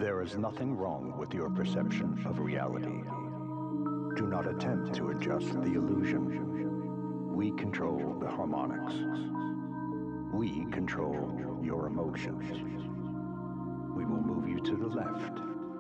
There is nothing wrong with your perception of reality. Do not attempt to adjust the illusion. We control the harmonics. We control your emotions. We will move you to the left.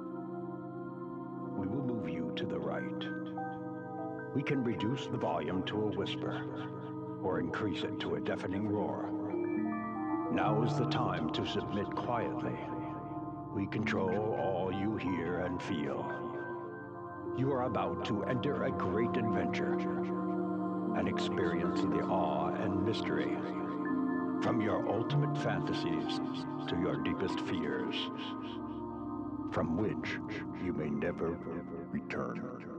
We will move you to the right. We can reduce the volume to a whisper or increase it to a deafening roar. Now is the time to submit quietly. We control all you hear and feel. You are about to enter a great adventure and experience the awe and mystery. From your ultimate fantasies to your deepest fears, from which you may never return.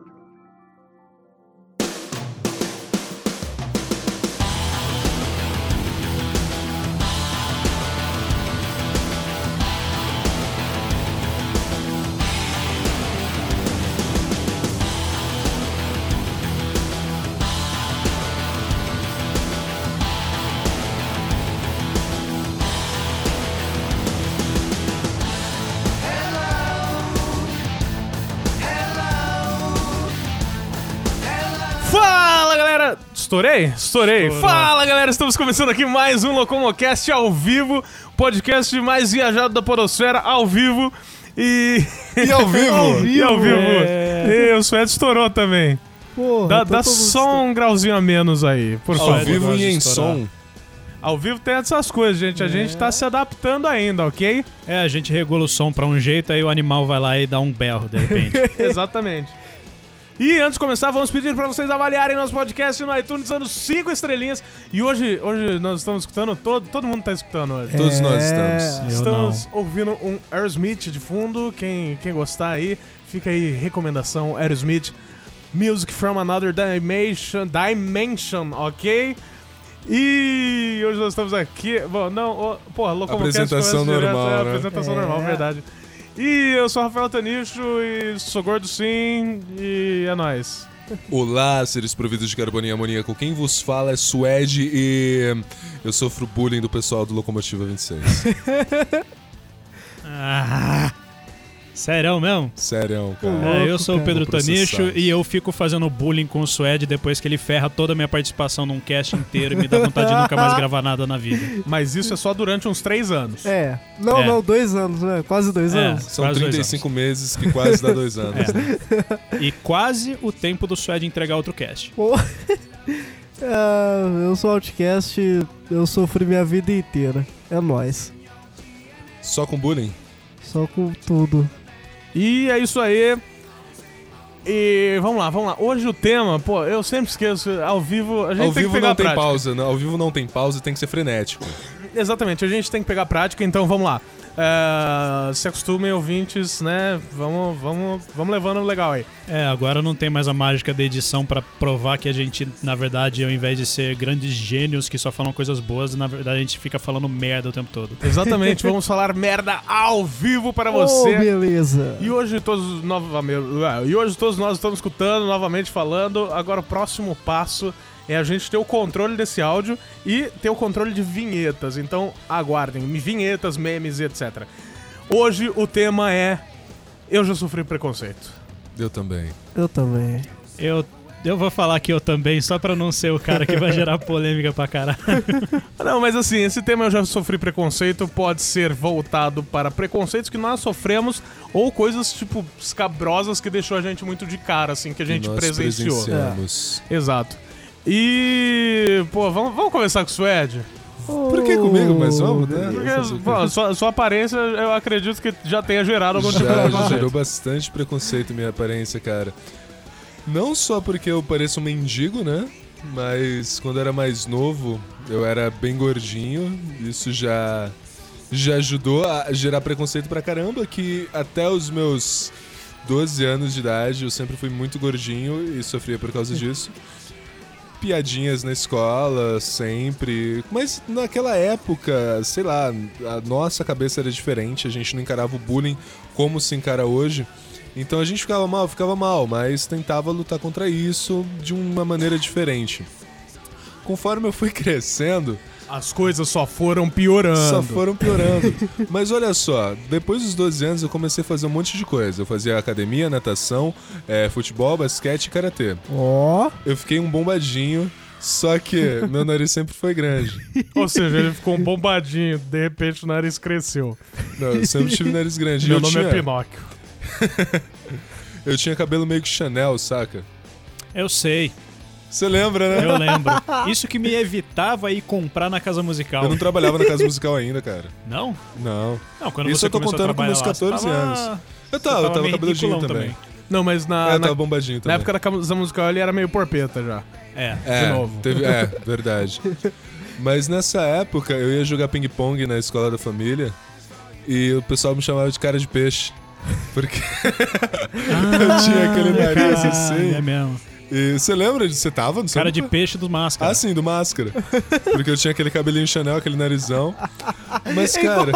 Estourei? Estourei. Fala, galera, estamos começando aqui mais um Locomocast ao vivo, podcast mais viajado da podosfera, ao vivo E ao vivo. E ao vivo. E o Suede estourou também. Porra, dá só um grauzinho a menos aí, por favor. Ao vivo e em som. Ao vivo tem essas coisas, gente. A gente tá se adaptando ainda, ok? A gente regula o som pra um jeito, aí o animal vai lá e dá um berro, de repente. Exatamente. E antes de começar, vamos pedir pra vocês avaliarem nosso podcast no iTunes, dando 5 estrelinhas. E hoje nós estamos escutando, todo mundo tá escutando hoje. Todos nós estamos. Estamos ouvindo um Aerosmith de fundo. Quem gostar aí, fica aí, recomendação, Aerosmith. Music from Another Dimension, ok? E hoje nós estamos aqui... Bom, não... Porra, Locomocast... Apresentação normal, né? Apresentação normal, verdade. E eu sou o Rafael Tanicho e sou gordo sim, e é nóis. Olá, seres providos de carbono e amoníaco. Quem vos fala é Suede e eu sofro bullying do pessoal do Locomotiva 26. Sério mesmo? Sério, cara. Eu sou o Pedro Tanicho processado. e eu fico fazendo bullying com o Suede depois que ele ferra toda a minha participação num cast inteiro e me dá vontade de nunca mais gravar nada na vida. Mas isso é só durante uns 3 anos. Não, 2 anos, né? Quase 2 anos. São quase 35 meses que quase dá 2 anos. Né? E quase o tempo do Suede entregar outro cast. Pô. Eu sou Outcast, eu sofri minha vida inteira. É nóis. Só com bullying? Só com tudo. E é isso aí. E vamos lá. Hoje o tema, pô, eu sempre esqueço, ao vivo a gente tem que pegar a prática. Não tem pausa, não. Ao vivo não tem pausa, tem que ser frenético. Exatamente, a gente tem que pegar a prática, então vamos lá. Se acostumem, ouvintes, né? Vamos levando legal aí. Agora não tem mais a mágica da edição pra provar que a gente, na verdade, ao invés de ser grandes gênios que só falam coisas boas, na verdade a gente fica falando merda o tempo todo. Exatamente, vamos falar merda ao vivo para você. Beleza. E hoje todos nós estamos escutando, novamente falando. Agora o próximo passo é a gente ter o controle desse áudio e ter o controle de vinhetas. Então aguardem, vinhetas, memes e etc. Hoje o tema é Eu já sofri preconceito. Eu também. Eu vou falar que eu também, só pra não ser o cara que vai gerar polêmica pra caralho. Não, mas assim, esse tema Eu já sofri preconceito pode ser voltado para preconceitos que nós sofremos ou coisas, tipo, escabrosas que deixou a gente muito de cara, assim, que a gente presenciou. Exato. E, pô, vamos começar com o Suede? Por que comigo? Mas vamos, né? Porque, pô, sua aparência, eu acredito que já tenha gerado algum tipo de preconceito. Já gerou bastante preconceito minha aparência, cara. Não só porque eu pareço um mendigo, né? Mas quando eu era mais novo, eu era bem gordinho. Isso já ajudou a gerar preconceito pra caramba, que até os meus 12 anos de idade eu sempre fui muito gordinho e sofria por causa disso. Piadinhas na escola, sempre. Mas naquela época, sei lá, a nossa cabeça era diferente, a gente não encarava o bullying como se encara hoje. Então a gente ficava mal, mas tentava lutar contra isso de uma maneira diferente. Conforme eu fui crescendo, As coisas só foram piorando. Só foram piorando. Mas olha só, depois dos 12 anos eu comecei a fazer um monte de coisa. Eu fazia academia, natação, futebol, basquete e karatê. Ó. Eu fiquei um bombadinho, só que meu nariz sempre foi grande. Ou seja, ele ficou um bombadinho, de repente o nariz cresceu. Não, eu sempre tive nariz grande. Meu Eu nome é tinha- Pinóquio. Eu tinha cabelo meio que Chanel, saca? Eu sei, Você lembra, né? eu lembro. Isso que me evitava ir comprar na casa musical. Eu não trabalhava na casa musical ainda, cara. Não? Não. Não, quando Isso você eu tô começou a contando com meus trabalhar lá, 14 você tava- anos. Eu você tava meio cabeludinho ridiculão também. Não, mas Eu na tava bombadinho também. época da casa musical ele era meio porpeta já. É. de novo. Verdade. Mas nessa época eu ia jogar ping-pong na escola da família e o pessoal me chamava de cara de peixe. Porque eu tinha aquele nariz Caralho, assim. É mesmo. E você lembra? Você tava no Cara de peixe do Máscara. Ah, sim, do Máscara. Porque eu tinha aquele cabelinho Chanel, aquele narizão. Mas, cara.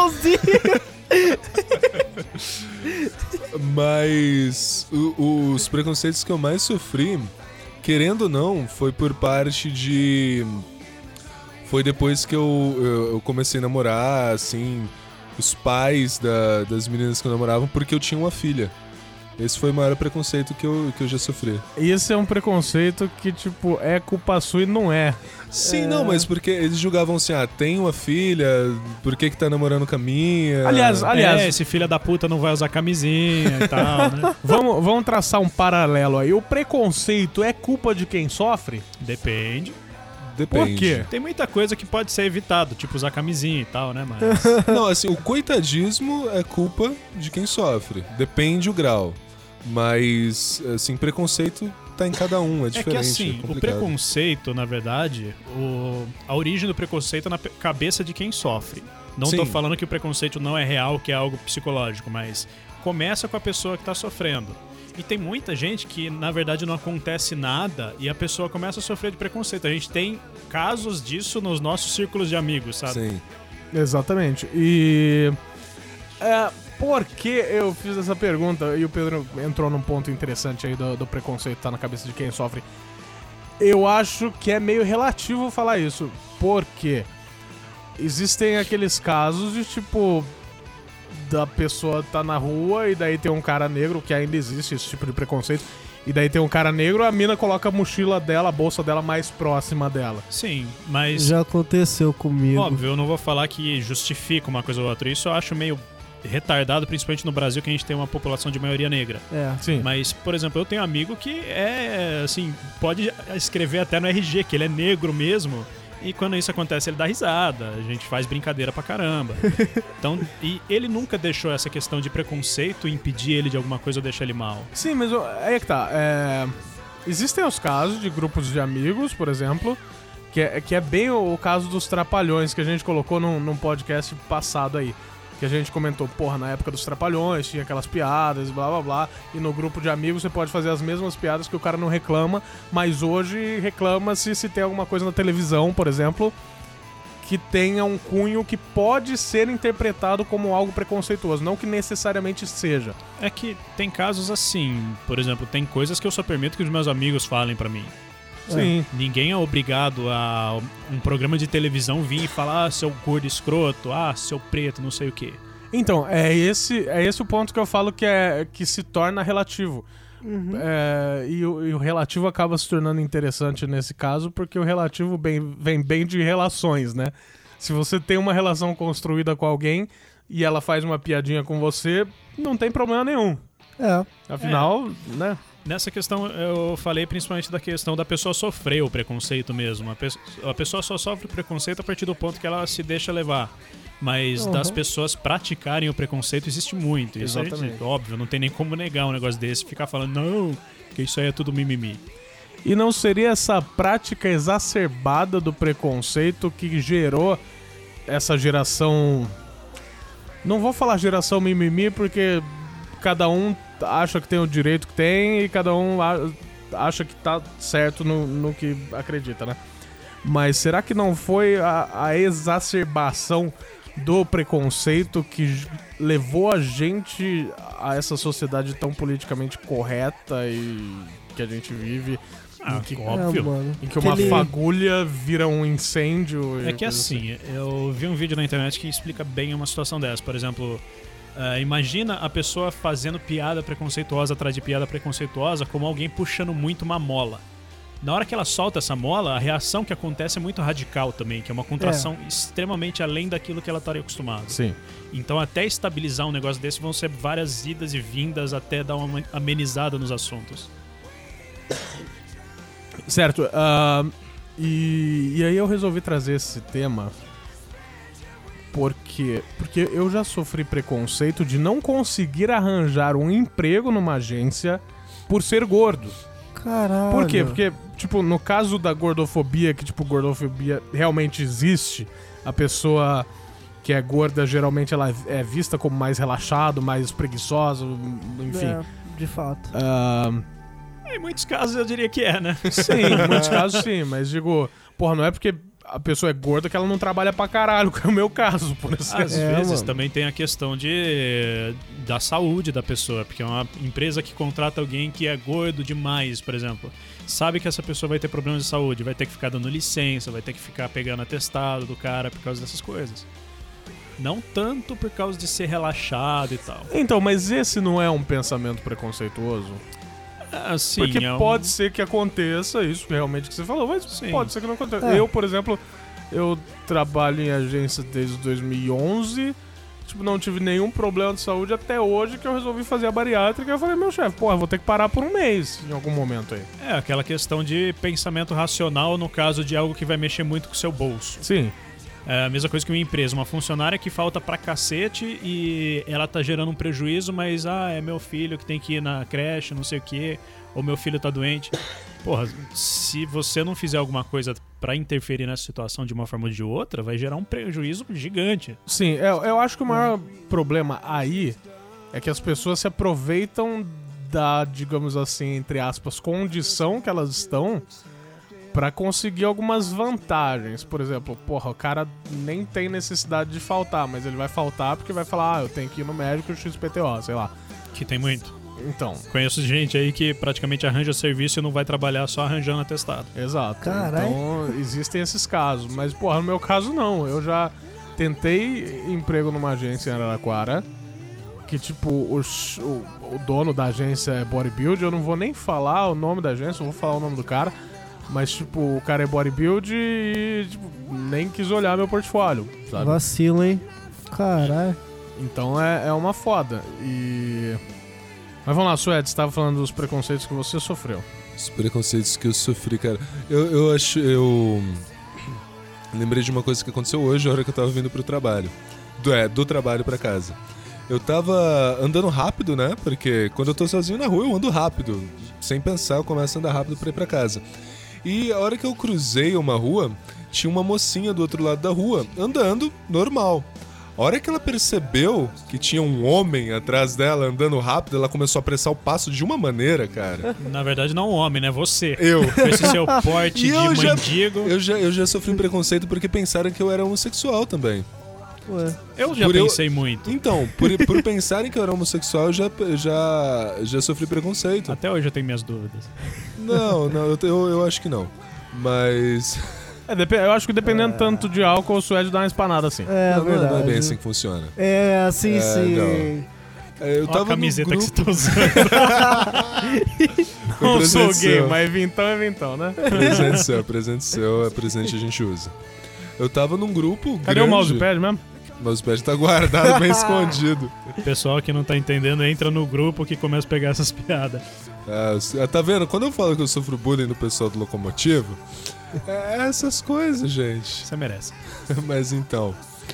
Mas os preconceitos que eu mais sofri, querendo ou não, foi por parte de... Foi depois que eu comecei a namorar, assim, os pais das meninas que eu namorava, porque eu tinha uma filha. Esse foi o maior preconceito que eu já sofri. E esse é um preconceito que, tipo, é culpa sua e não é. Sim, não, mas porque eles julgavam assim, tem uma filha, por que tá namorando com a minha? Aliás, esse filho da puta não vai usar camisinha e tal, né? vamos traçar um paralelo aí. O preconceito é culpa de quem sofre? Depende. Depende. Por quê? Tem muita coisa que pode ser evitado, tipo usar camisinha e tal, né? Mas Não, assim, o coitadismo é culpa de quem sofre. Depende o grau. Mas, assim, preconceito tá em cada um, é é diferente. que assim, é o complicado. preconceito, na verdade, a origem do preconceito é na cabeça de quem sofre. Não tô Sim. falando que o preconceito não é real, que é algo psicológico, mas começa com a pessoa que tá sofrendo. E tem muita gente que, na verdade, não acontece nada e a pessoa começa a sofrer de preconceito. A gente tem casos disso nos nossos círculos de amigos, sabe? Sim. Exatamente. E... por que eu fiz essa pergunta? E o Pedro entrou num ponto interessante aí do preconceito tá na cabeça de quem sofre. Eu acho que é meio relativo falar isso. Porque existem aqueles casos de, tipo... da pessoa tá na rua e daí tem um cara negro, que ainda existe esse tipo de preconceito, e daí tem um cara negro, a mina coloca a mochila dela, a bolsa dela mais próxima dela. Sim, mas Já aconteceu comigo. óbvio, eu não vou falar que justifica uma coisa ou outra. Isso eu acho meio retardado, principalmente no Brasil, que a gente tem uma população de maioria negra. É. Sim. Mas, por exemplo, eu tenho um amigo que é, assim, pode escrever até no RG que ele é negro mesmo. E quando isso acontece, ele dá risada, a gente faz brincadeira pra caramba. Então, e ele nunca deixou essa questão de preconceito impedir ele de alguma coisa ou deixar ele mal. Sim, mas aí é que tá. Existem os casos de grupos de amigos, por exemplo, que é bem o caso dos Trapalhões, que a gente colocou num podcast passado aí. Que a gente comentou, porra, na época dos Trapalhões tinha aquelas piadas, blá blá blá, e no grupo de amigos você pode fazer as mesmas piadas que o cara não reclama, mas hoje reclama-se se tem alguma coisa na televisão, por exemplo, que tenha um cunho que pode ser interpretado como algo preconceituoso, não que necessariamente seja. É que tem casos assim, por exemplo, tem coisas que eu só permito que os meus amigos falem pra mim. Sim. Ninguém é obrigado a um programa de televisão vir e falar, seu gordo escroto, seu preto, não sei o quê. Então, é esse o ponto que eu falo que se torna relativo. E o relativo acaba se tornando interessante nesse caso, porque o relativo vem bem de relações, né? Se você tem uma relação construída com alguém e ela faz uma piadinha com você, não tem problema nenhum. Afinal, né? Nessa questão, eu falei principalmente da questão da pessoa sofrer o preconceito mesmo. A pessoa só sofre preconceito a partir do ponto que ela se deixa levar. Mas das pessoas praticarem o preconceito existe muito. Isso Exatamente. é óbvio, não tem nem como negar um negócio desse. Ficar falando, não, que isso aí é tudo mimimi. E não seria essa prática exacerbada do preconceito que gerou essa geração... Não vou falar geração mimimi, porque cada um acha que tem o direito que tem e cada um acha que tá certo no que acredita, né? Mas será que não foi a exacerbação do preconceito que levou a gente a essa sociedade tão politicamente correta e que a gente vive Ah, que- óbvio. mano. Em que uma Aquele- fagulha vira um incêndio. É que assim, eu vi um vídeo na internet que explica bem uma situação dessa. Por exemplo, imagina a pessoa fazendo piada preconceituosa atrás de piada preconceituosa como alguém puxando muito uma mola. Na hora que ela solta essa mola, a reação que acontece é muito radical também, que é uma contração extremamente além daquilo que ela estaria acostumada. Sim. Então até estabilizar um negócio desse vão ser várias idas e vindas até dar uma amenizada nos assuntos. Certo. E aí eu resolvi trazer esse tema porque eu já sofri preconceito de não conseguir arranjar um emprego numa agência por ser gordo. Caralho. Por quê? Porque, tipo, no caso da gordofobia, que, tipo, gordofobia realmente existe, a pessoa que é gorda, geralmente, ela é vista como mais relaxado, mais preguiçosa, enfim. É, de fato. Em muitos casos eu diria que é, né? Sim, em muitos casos sim, mas digo, porra, não é porque a pessoa é gorda que ela não trabalha pra caralho, que é o meu caso, por exemplo. Às vezes mano. também tem a questão da saúde da pessoa, porque é uma empresa que contrata alguém que é gordo demais, por exemplo. Sabe que essa pessoa vai ter problemas de saúde, vai ter que ficar dando licença, vai ter que ficar pegando atestado do cara por causa dessas coisas. Não tanto por causa de ser relaxado e tal. Então, mas esse não é um pensamento preconceituoso? Assim, Porque é um- pode ser que aconteça isso realmente que você falou, mas Sim. pode ser que não aconteça. É. Eu, por exemplo, eu trabalho em agência desde 2011, tipo, não tive nenhum problema de saúde até hoje que eu resolvi fazer a bariátrica e eu falei, meu chefe, porra, vou ter que parar por um mês em algum momento aí. É aquela questão de pensamento racional no caso de algo que vai mexer muito com o seu bolso. Sim. É a mesma coisa que uma empresa, uma funcionária que falta pra cacete e ela tá gerando um prejuízo, mas é meu filho que tem que ir na creche, não sei o quê, ou meu filho tá doente. Porra, se você não fizer alguma coisa pra interferir nessa situação de uma forma ou de outra, vai gerar um prejuízo gigante. Sim, eu acho que o maior problema aí é que as pessoas se aproveitam da, digamos assim, entre aspas, condição que elas estão pra conseguir algumas vantagens. Por exemplo, porra, o cara nem tem necessidade de faltar, mas ele vai faltar porque vai falar, eu tenho que ir no médico XPTO, sei lá. Que tem muito. Então, Conheço gente aí que praticamente arranja serviço e não vai trabalhar só arranjando atestado. exato. Caralho. Então, existem esses casos. Mas, porra, no meu caso, não. Eu já tentei emprego numa agência em Araraquara, que, tipo, o dono da agência é bodybuild. Eu não vou nem falar o nome da agência, eu vou falar o nome do cara. Mas, tipo, o cara é bodybuild e, tipo, nem quis olhar meu portfólio, sabe? Vacilo, hein? Caralho. Então é uma foda. Mas vamos lá, Suede, você tava falando dos preconceitos que você sofreu. Os preconceitos que eu sofri, cara. Eu lembrei de uma coisa que aconteceu hoje, na hora que eu tava vindo pro trabalho. Do trabalho pra casa. Eu tava andando rápido, né? Porque quando eu tô sozinho na rua, eu ando rápido. Sem pensar, eu começo a andar rápido pra ir pra casa. E a hora que eu cruzei uma rua, tinha uma mocinha do outro lado da rua, andando normal. A hora que ela percebeu que tinha um homem atrás dela andando rápido, ela começou a apressar o passo de uma maneira, cara. Na verdade, não um homem, né? Você. Eu. Com esse seu porte E de eu já- mendigo. Eu já sofri um preconceito porque pensaram que eu era homossexual também. Ué. Eu já por eu- pensei muito. Então, por pensarem que eu era homossexual, eu já sofri preconceito. Até hoje eu tenho minhas dúvidas. Não, eu acho que não. Mas. Eu acho que dependendo tanto de álcool, o Suede dá uma espanada assim. É, não, verdade. não é bem assim que funciona. É, assim, É, sim. não. Eu Olha tava a camiseta no que você grupo, tá usando. Não sou presente gay, seu. mas vintão é vintão, né? presente seu, é presente que a gente usa. Eu tava num grupo Cadê grande. o mousepad mesmo? O mousepad tá guardado, bem escondido. O pessoal que não tá entendendo entra no grupo que começa a pegar essas piadas. Tá vendo? Quando eu falo que eu sofro bullying no pessoal do Locomotivo, é essas coisas, gente. Você merece. Mas então.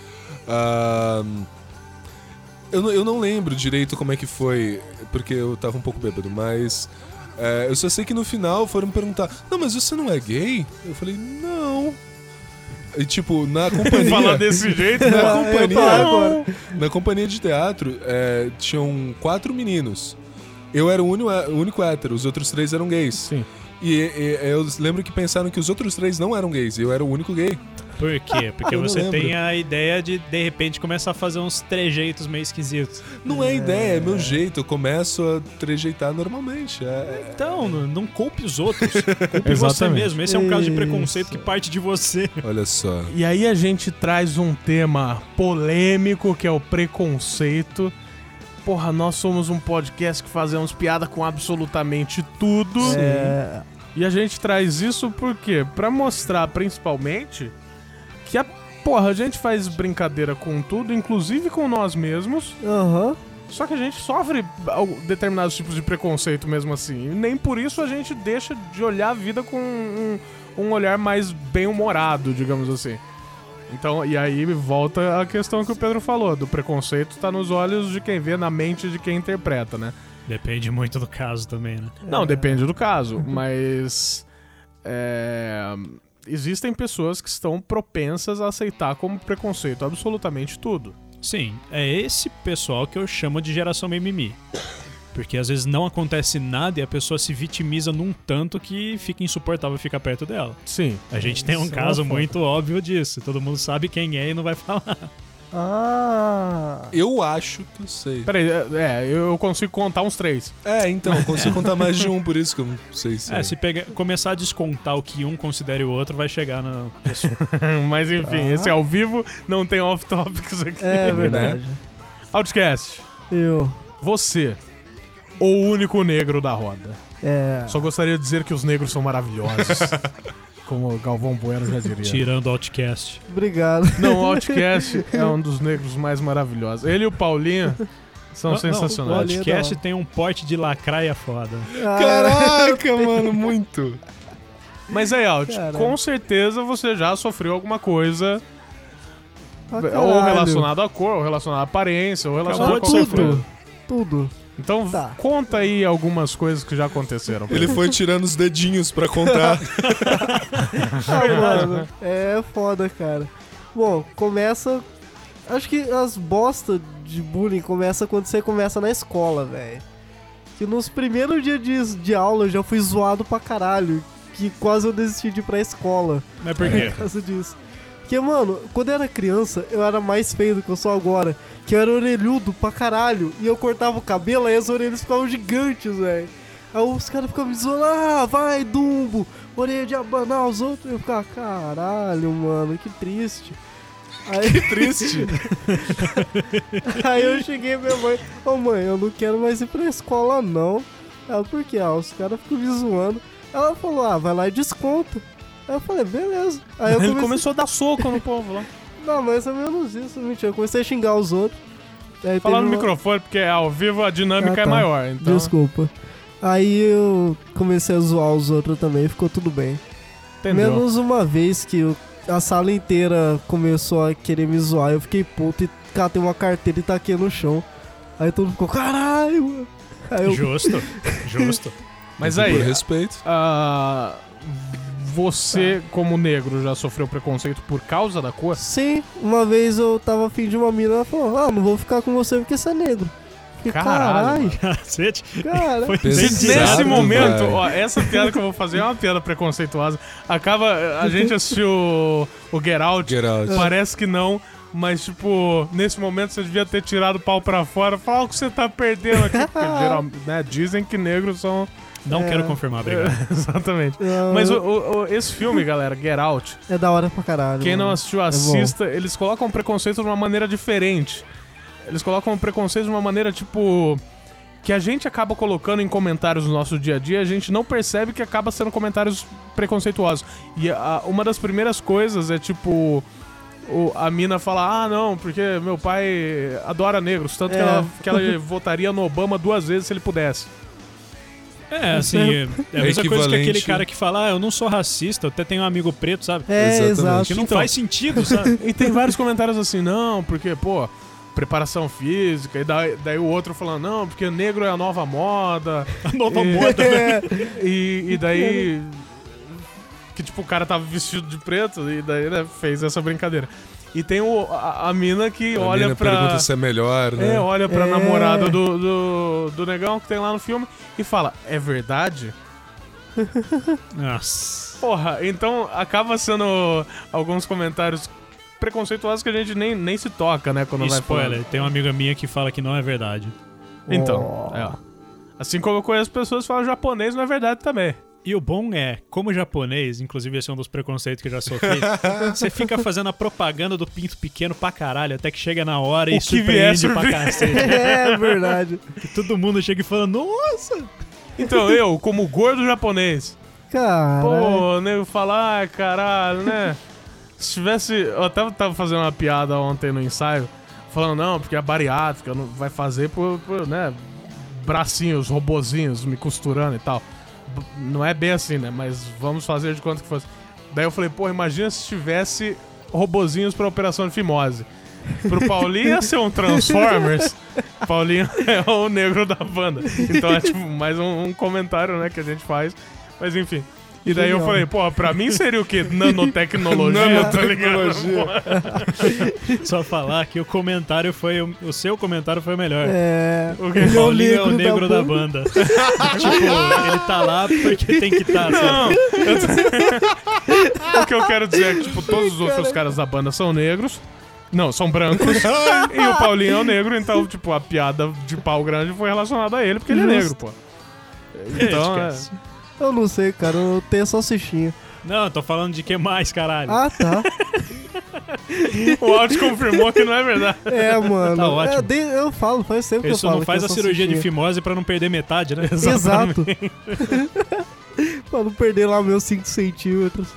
Eu não lembro direito como é que foi, porque eu tava um pouco bêbado, mas. Eu só sei que no final foram me perguntar: não, mas você não é gay? Eu falei: não. E tipo, na companhia. Falar desse jeito, né? Na Eu ia companhia, falar agora. na companhia de teatro, tinham 4 meninos. Eu era o único hétero, os outros 3 eram gays. Sim. E eu lembro que pensaram que os outros 3 não eram gays, e eu era o único gay. Por quê? Porque Eu não você lembro. tem a ideia de repente, começar a fazer uns trejeitos meio esquisitos. Não é ideia, é meu jeito. Eu começo a trejeitar normalmente. Então, não culpe os outros. Culpe você Exatamente. mesmo. Esse é um caso de Isso. preconceito que parte de você. Olha só. E aí a gente traz um tema polêmico, que é o preconceito. Porra, nós somos um podcast que fazemos piada com absolutamente tudo. É, E a gente traz isso por quê? Pra mostrar, principalmente, que a gente faz brincadeira com tudo, inclusive com nós mesmos, aham. só que a gente sofre determinados tipos de preconceito mesmo assim. E nem por isso a gente deixa de olhar a vida com um olhar mais bem-humorado, digamos assim. Então, e aí volta a questão que o Pedro falou, do preconceito tá nos olhos de quem vê, na mente de quem interpreta, né? Depende muito do caso também, né? Não, depende do caso, mas existem pessoas que estão propensas a aceitar como preconceito absolutamente tudo. Sim, é esse pessoal que eu chamo de geração mimimi. Porque às vezes não acontece nada e a pessoa se vitimiza num tanto que fica insuportável ficar perto dela. Sim. A gente tem um Isso é caso uma muito óbvio disso. Todo mundo sabe quem é e não vai falar. Ah. Eu acho que eu sei. Peraí, eu consigo contar uns 3. Então, eu consigo contar mais de um, por isso que eu não sei se... Se começar a descontar o que um considere o outro, vai chegar na pessoa. Mas enfim, esse é ao vivo, não tem off-topics aqui. É verdade. Outcast, Eu. você, o único negro da roda. Só gostaria de dizer que os negros são maravilhosos. Como o Galvão Bueno já diria. Tirando o Outcast. Obrigado. Não, o Outcast é um dos negros mais maravilhosos. Ele e o Paulinho são O sensacionais. Outcast tem um porte de lacraia foda. Caraca, mano, muito. Mas aí, Alt, Caralho. com certeza você já sofreu alguma coisa Pra ou caralho. relacionado à cor, ou relacionado à aparência, ou relacionado a Acabou de qualquer coisa. Tudo. Então Tá. conta aí algumas coisas que já aconteceram. Ele foi tirando os dedinhos pra contar. Mano, é foda, cara. Bom, começa... Acho que as bosta de bullying começa quando você começa na escola, velho. Que nos primeiros dias de aula eu já fui zoado pra caralho. Que quase eu desisti de ir pra escola. Mas por quê? Por causa disso. Porque, mano, quando eu era criança, eu era mais feio do que eu sou agora. Que eu era orelhudo pra caralho. E eu cortava o cabelo, aí as orelhas ficavam gigantes, velho. Aí os caras ficavam me zoando, vai, Dumbo, orelha de abanar os outros. Eu ficava, caralho, mano, que triste. Aí, Que triste. aí eu cheguei pra minha mãe, mãe, eu não quero mais ir pra escola, não. Ela, por quê? Os caras ficam me zoando. Ela falou, vai lá e desconta. Aí eu falei, beleza. Aí eu Ele começou a dar soco no povo lá. Não, mas é menos isso, mentira. Eu comecei a xingar os outros. Aí Falar no teve uma- microfone, porque ao vivo a dinâmica Ah, é tá. maior. Então... Desculpa. Aí eu comecei a zoar os outros também, ficou tudo bem. Entendeu? Menos uma vez que a sala inteira começou a querer me zoar, eu fiquei puto e catei uma carteira e taquei no chão. Aí todo mundo ficou, caralho, mano. Aí eu, Justo. Mas Por aí, respeito. você, como negro, já sofreu preconceito por causa da cor? sim, uma vez eu tava afim de uma mina, ela falou, não vou ficar com você porque você é negro. Fiquei, Caralho, Cacete. cara. Foi Pesado, Se bem nesse velho. momento, ó, essa piada que eu vou fazer é uma piada preconceituosa. A gente assistiu o Get Out, Get Out. parece que não, mas tipo, nesse momento você devia ter tirado o pau pra fora, falar o que você tá perdendo aqui, porque geralmente, né, dizem que negros são... Não quero confirmar, obrigado. Exatamente. Não, Mas esse filme, galera, Get Out, é da hora pra caralho. quem não mano. assistiu, assista. Eles colocam preconceito de uma maneira diferente. Eles colocam preconceito de uma maneira, tipo... que a gente acaba colocando em comentários no nosso dia a dia, a gente não percebe que acaba sendo comentários preconceituosos. E uma das primeiras coisas é, tipo... a mina fala, não, porque meu pai adora negros, tanto que ela votaria no Obama 2 vezes se ele pudesse. Assim, é a mesma coisa que equivalente. aquele cara que fala, eu não sou racista, eu até tenho um amigo preto, sabe? É, Exatamente. exato. Que não Então- faz sentido, sabe? E tem vários comentários assim, não, porque, pô, preparação física, e daí o outro falando, não, porque negro é a nova moda. A nova E- moda, né? E daí... que, tipo, o cara tava vestido de preto, e daí, né, fez essa brincadeira. E tem a mina que A olha mina pra... pergunta se é melhor, né? olha pra É. namorada do negão que tem lá no filme e fala, é verdade? Nossa. Porra, então acaba sendo alguns comentários preconceituosos que a gente nem se toca, né? Quando vai Spoiler, falando. tem uma amiga minha que fala que não é verdade. Então, assim como eu conheço pessoas que falam japonês, não é verdade também. E o bom é, como japonês, inclusive esse é um dos preconceitos que eu já sofri, você fica fazendo a propaganda do pinto pequeno pra caralho, até que chega na hora e O que vier, surpreende pra cacete. É verdade. Que todo mundo chega e fala, nossa! Então eu, como gordo japonês, Cara. pô, nego falar, ah, caralho, né? Se tivesse. Eu até tava fazendo uma piada ontem no ensaio, falando, não, porque a bariátrica não vai fazer por né? Bracinhos, robozinhos me costurando e tal. Não é bem assim, né? Mas vamos fazer de conta que fosse. Daí eu falei, pô, imagina se tivesse robozinhos pra operação de fimose. Pro Paulinho ia ser um Transformers. Paulinho é o negro da banda. Então é tipo mais um comentário, né, que a gente faz. Mas enfim. E daí eu falei, pô, pra mim seria o quê? Nanotecnologia, tá ligado? Só falar que o comentário foi. O seu comentário foi o melhor. É. O quê? Ele Paulinho é o negro da banda. Tipo, ele tá lá porque tem que estar. Não, o que eu quero dizer é que, tipo, todos os outros caras da banda são negros. Não, são brancos. E o Paulinho é o negro, então, tipo, a piada de pau grande foi relacionada a ele, porque ele é negro, pô. Então, Eu não sei, cara. Eu tenho salsichinha. Não, tô falando de que mais, caralho. Ah, tá. o áudio confirmou que não é verdade. É, mano. Tá ótimo. Eu falo, faz tempo que eu Isso falo. não faz que a é cirurgia de salsichinha. fimose pra não perder metade, né? Exato. Pra não perder lá meus 5 centímetros.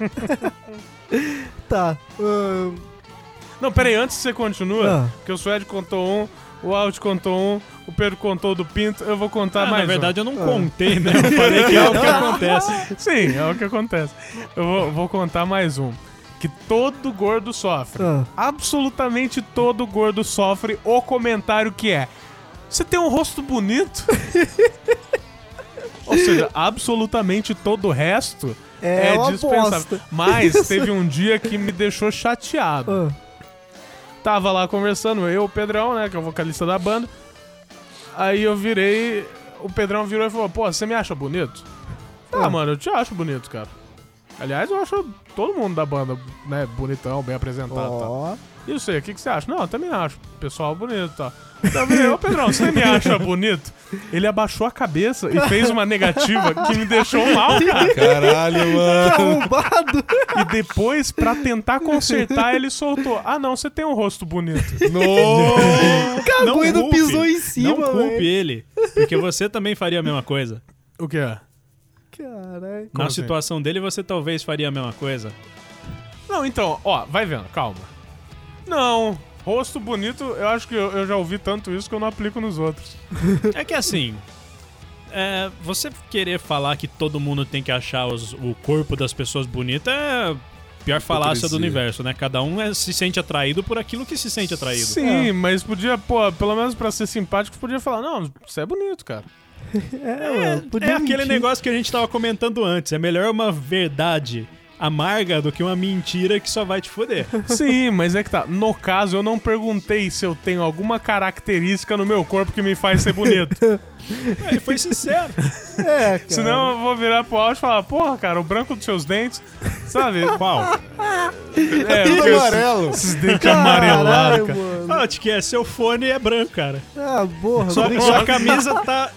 Tá. Não, peraí, antes que você continua, Ah. que o Suede contou um, o Alt contou um, o Pedro contou do Pinto, eu vou contar mais na verdade, um. eu não contei, né? Eu falei que é o que acontece. Sim, é o que acontece. Eu vou contar mais um. Que todo gordo sofre. Ah. Absolutamente todo gordo sofre o comentário que é: você tem um rosto bonito? Ou seja, absolutamente todo o resto É uma dispensável. bosta. Mas teve um dia que me deixou chateado. Ah. Tava lá conversando, eu, o Pedrão, né, que é o vocalista da banda. Aí eu virei, o Pedrão virou e falou, pô, você me acha bonito? Ah, mano, eu te acho bonito, cara. Aliás, eu acho todo mundo da banda, né, bonitão, bem apresentado e tal. Ó. E eu sei, o que você acha? Não, eu também acho. Pessoal bonito e tal. Então eu virei, ô Pedrão, você me acha bonito? Ele abaixou a cabeça e fez uma negativa que me deixou mal, cara. Caralho, mano. Arrombado. E depois, pra tentar consertar, ele soltou. Ah, não, você tem um rosto bonito. Cagou e não pisou em cima, Não culpe velho. ele, porque você também faria a mesma coisa. O que é? Caralho. Na assim? situação dele, você talvez faria a mesma coisa. Não, então, ó, vai vendo, calma. Não, rosto bonito, eu acho que eu já ouvi tanto isso que eu não aplico nos outros. É que assim, você querer falar que todo mundo tem que achar o corpo das pessoas bonito é a pior falácia do universo, né? Cada um se sente atraído por aquilo que se sente atraído. Sim, mas podia, pô, pelo menos pra ser simpático, podia falar, não, você é bonito, cara. Mano, podia É aquele mentir. negócio que a gente tava comentando antes. É melhor uma verdade amarga do que uma mentira que só vai te foder. Sim, mas é que tá, no caso eu não perguntei se eu tenho alguma característica no meu corpo que me faz ser bonito. Ele foi sincero. É, cara. Senão eu vou virar pro áudio e falar, porra, cara, o branco dos seus dentes, sabe? Qual? É, Tudo porque amarelo. esses dentes Caralho, amarelados, cara. mano. Não, te quer, seu fone é branco, cara. Ah, porra. Sua camisa tá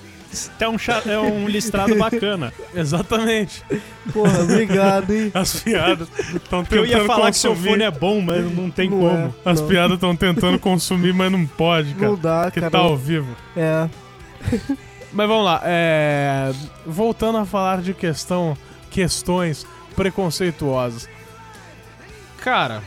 um listrado bacana. Exatamente. Porra, obrigado, hein. As piadas estão Eu tentando ia falar que seu consumir. fone é bom, mas não tem Não como. é. As Não. piadas estão tentando consumir, mas não pode, cara. Não dá, Porque cara. tá ao vivo. É. Mas vamos lá, voltando a falar de questões preconceituosas. Cara,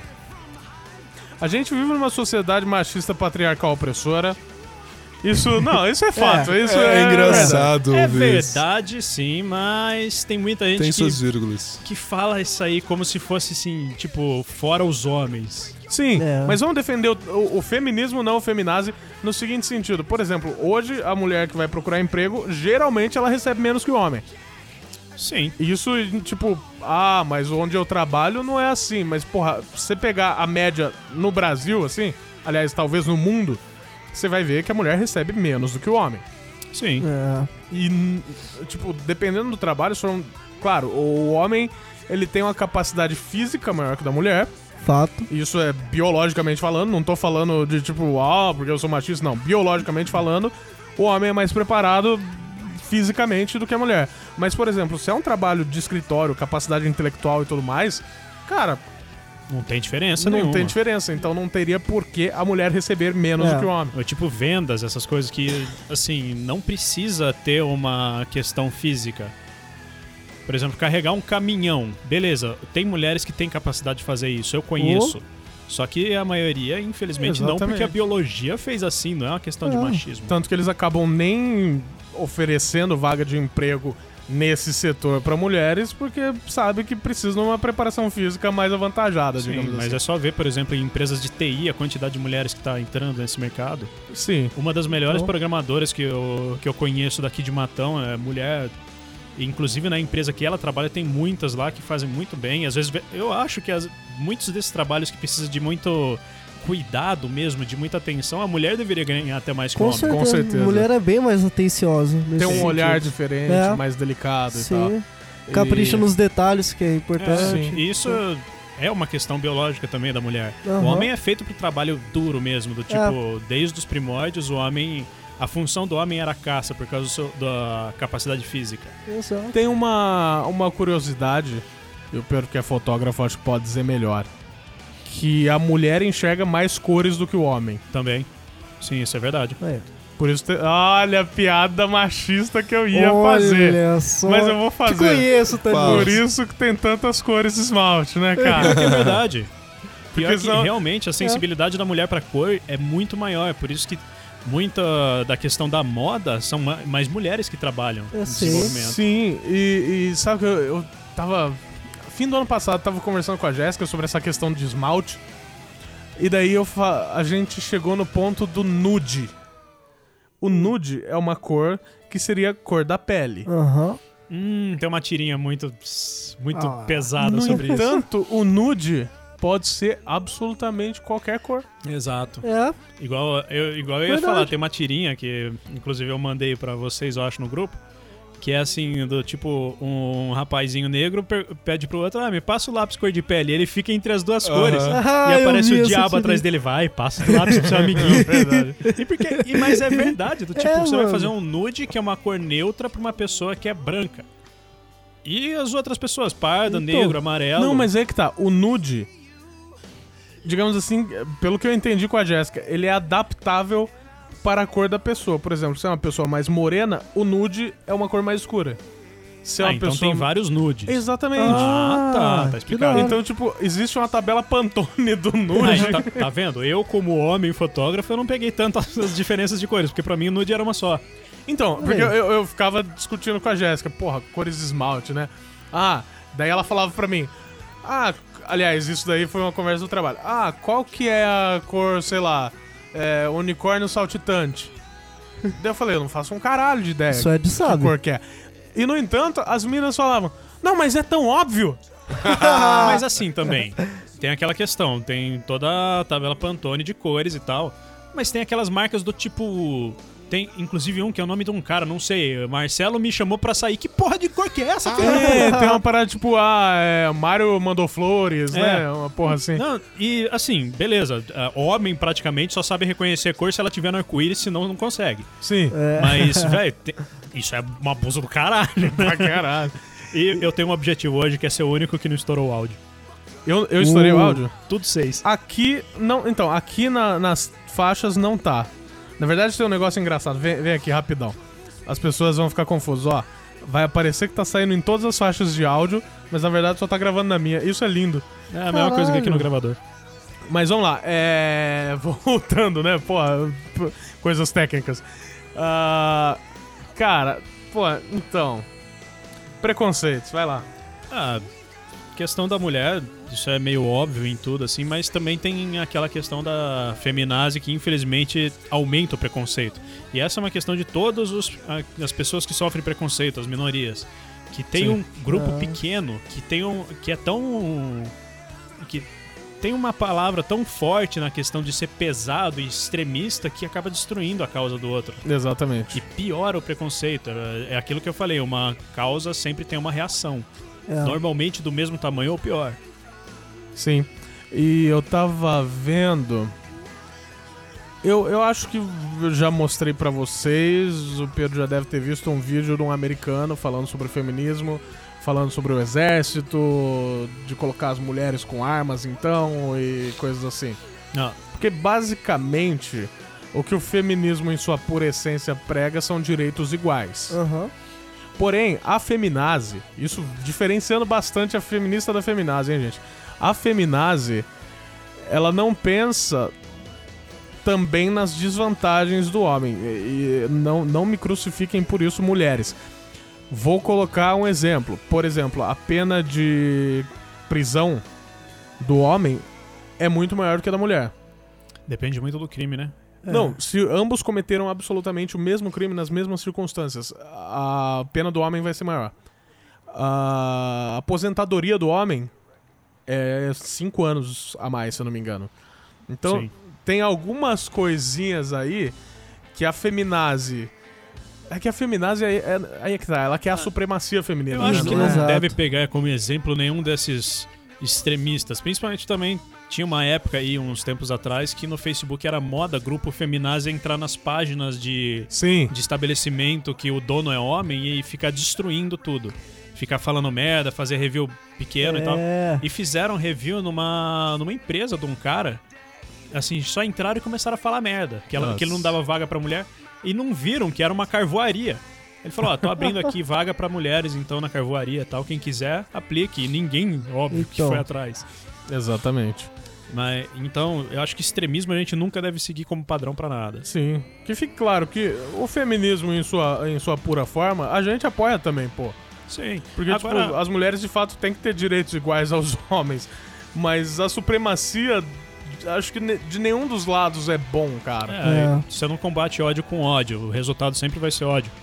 a gente vive numa sociedade machista, patriarcal, opressora. Isso é fato. Isso É engraçado É ouvir isso. verdade, sim, mas tem muita gente Tem que, suas vírgulas. que fala isso aí como se fosse assim, tipo, fora os homens. Sim, É. mas vamos defender o feminismo, não o feminazi, no seguinte sentido. Por exemplo, hoje a mulher que vai procurar emprego, geralmente ela recebe menos que o homem. Sim. Isso, tipo, mas onde eu trabalho não é assim. Mas, porra, se você pegar a média no Brasil, assim, aliás, talvez no mundo, você vai ver que a mulher recebe menos do que o homem. Sim. E, tipo, dependendo do trabalho, claro, o homem, ele tem uma capacidade física maior que a da mulher. Fato. Isso é biologicamente falando, não tô falando de tipo, porque eu sou machista, não. Biologicamente falando, o homem é mais preparado fisicamente do que a mulher. Mas, por exemplo, se é um trabalho de escritório, capacidade intelectual e tudo mais, cara, Não tem diferença não nenhuma. tem diferença. Então não teria por que a mulher receber menos do que o homem. Ou tipo vendas, essas coisas que, assim, não precisa ter uma questão física. Por exemplo, carregar um caminhão. Beleza, tem mulheres que têm capacidade de fazer isso, eu conheço. Só que a maioria, infelizmente, não, Exatamente. porque a biologia fez assim, não é uma questão de machismo. Tanto que eles acabam nem oferecendo vaga de emprego nesse setor para mulheres, porque sabe que precisam de uma preparação física mais avantajada, Sim, digamos mas assim. é só ver, por exemplo, em empresas de TI, a quantidade de mulheres que está entrando nesse mercado. Sim. Uma das melhores programadoras que eu conheço daqui de Matão é mulher. Inclusive na empresa que ela trabalha tem muitas lá que fazem muito bem. Às vezes eu acho que muitos desses trabalhos que precisam de muito cuidado mesmo, de muita atenção, a mulher deveria ganhar até mais que o Com homem. certeza. Com certeza. Mulher é bem mais atenciosa. nesse Tem um sentido. olhar diferente, É. mais delicado e tal. Sim. Capricha E- nos detalhes, que é importante. Sim. E isso é uma questão biológica também da mulher. O Aham. homem é feito pro trabalho duro mesmo, do tipo, desde os primórdios, o homem. A função do homem era a caça por causa da capacidade física. Exato. Tem uma curiosidade, eu Pedro que é fotógrafo acho que pode dizer melhor, que a mulher enxerga mais cores do que o homem. Também. Sim, isso é verdade. É. Por isso, olha a piada machista que eu ia fazer. Olha só. Mas eu vou Te fazer. conheço também. Por isso que tem tantas cores de esmalte, né, cara? É verdade. Pior Porque que senão- realmente a sensibilidade da mulher pra cor é muito maior. Por isso que muita da questão da moda são mais mulheres que trabalham no sim. desenvolvimento. Sim, e sabe que eu tava... Fim do ano passado, tava conversando com a Jéssica sobre essa questão de esmalte. E daí a gente chegou no ponto do nude. O nude é uma cor que seria a cor da pele. Aham. Tem uma tirinha muito Ah. pesada No sobre isso. entanto, o nude pode ser absolutamente qualquer cor. Exato. É. Igual eu ia Verdade. falar, tem uma tirinha que, inclusive, eu mandei pra vocês, eu acho, no grupo, que é assim, do tipo, um rapazinho negro pede pro outro, me passa o lápis cor de pele. E ele fica entre as duas cores. Ah, E eu aparece vi o essa diabo tirinha. atrás dele, vai, passa o lápis pro seu amiguinho. Verdade. Mas é verdade, do tipo, É, você vai mano. fazer um nude que é uma cor neutra pra uma pessoa que é branca. E as outras pessoas, pardo, Então, negro, amarelo. Não, mas é que tá. O nude, digamos assim, pelo que eu entendi com a Jéssica, ele é adaptável para a cor da pessoa. Por exemplo, se é uma pessoa mais morena, o nude é uma cor mais escura. Se é uma então pessoa... tem vários nudes. Exatamente. Tá que explicado. da hora. Então, tipo, existe uma tabela Pantone do nude. Aí, tá vendo? Eu, como homem fotógrafo, eu não peguei tanto as diferenças de cores, porque pra mim o nude era uma só. Então, porque eu ficava discutindo com a Jéssica, porra, cores de esmalte, né? Daí ela falava pra mim, aliás, isso daí foi uma conversa do trabalho. Qual que é a cor, sei lá, unicórnio saltitante? Daí eu falei, eu não faço um caralho de ideia. Isso é de que sábio. cor que é. E no entanto, as meninas falavam, não, mas é tão óbvio. Mas assim também, tem aquela questão, tem toda a tabela Pantone de cores e tal, mas tem aquelas marcas do tipo... Tem inclusive um que é o nome de um cara, não sei, Marcelo me chamou pra sair. Que porra de cor que é essa, cara? Tem uma parada tipo, Mário mandou flores, né? Uma porra assim. Não, e assim, beleza, homem praticamente só sabe reconhecer cor se ela tiver no arco-íris, senão não consegue. Sim. Mas, velho, isso é uma abuso do caralho. Pra caralho. E eu tenho um objetivo hoje, que é ser o único que não estourou o áudio. Eu estourei o áudio? Tudo 6. Aqui, não. Então, aqui nas faixas não tá. Na verdade, tem um negócio engraçado. Vem aqui rapidão. As pessoas vão ficar confusas. Ó, vai aparecer que tá saindo em todas as faixas de áudio, mas na verdade só tá gravando na minha. Isso é lindo. É a mesma coisa que aqui no Caralho. gravador. Mas vamos lá. Voltando, né? Porra, coisas técnicas. Cara, então. Preconceitos, vai lá. Questão da mulher, isso é meio óbvio em tudo, assim, mas também tem aquela questão da feminazi que infelizmente aumenta o preconceito. E essa é uma questão de todas as pessoas que sofrem preconceito, as minorias. Que tem Sim. um grupo pequeno que é tão. que tem uma palavra tão forte na questão de ser pesado e extremista que acaba destruindo a causa do outro. Exatamente. E piora o preconceito. É aquilo que eu falei, uma causa sempre tem uma reação. Normalmente do mesmo tamanho ou pior. Sim. E eu tava vendo... Eu acho que eu já mostrei pra vocês, o Pedro já deve ter visto um vídeo de um americano falando sobre feminismo, falando sobre o exército, de colocar as mulheres com armas então, e coisas assim. Porque basicamente o que o feminismo em sua pura essência prega são direitos iguais. Porém, a feminazi, isso diferenciando bastante a feminista da feminazi, hein, gente? A feminazi, ela não pensa também nas desvantagens do homem. E não me crucifiquem por isso, mulheres. Vou colocar um exemplo. Por exemplo, a pena de prisão do homem é muito maior do que a da mulher. Depende muito do crime, né? Não, se ambos cometeram absolutamente o mesmo crime nas mesmas circunstâncias, a pena do homem vai ser maior. A aposentadoria do homem é 5 anos a mais, se eu não me engano. Então, Sim. Tem algumas coisinhas aí que a feminazi... É que a feminazi aí é que tá, ela quer a supremacia feminina. Eu acho né? que não não é? deve pegar como exemplo nenhum desses extremistas. Principalmente também tinha uma época aí, uns tempos atrás, que no Facebook era moda grupo feminazi entrar nas páginas de Sim. estabelecimento que o dono é homem e ficar destruindo tudo. Ficar falando merda, fazer review pequeno e tal. E fizeram review numa empresa de um cara. Assim, só entraram e começaram a falar merda. Que ele não dava vaga pra mulher. E não viram que era uma carvoaria. Ele falou, tô abrindo aqui vaga pra mulheres, então, na carvoaria e tal. Quem quiser, aplique. E ninguém, óbvio, que Então. foi atrás. Exatamente. Mas, então, eu acho que extremismo a gente nunca deve seguir como padrão pra nada. Sim. Que fique claro que o feminismo em sua pura forma, a gente apoia também, pô. Sim. Porque, Agora, tipo, as mulheres de fato têm que ter direitos iguais aos homens. Mas a supremacia, acho que de nenhum dos lados é bom, cara. você não combate ódio com ódio. O resultado sempre vai ser ódio.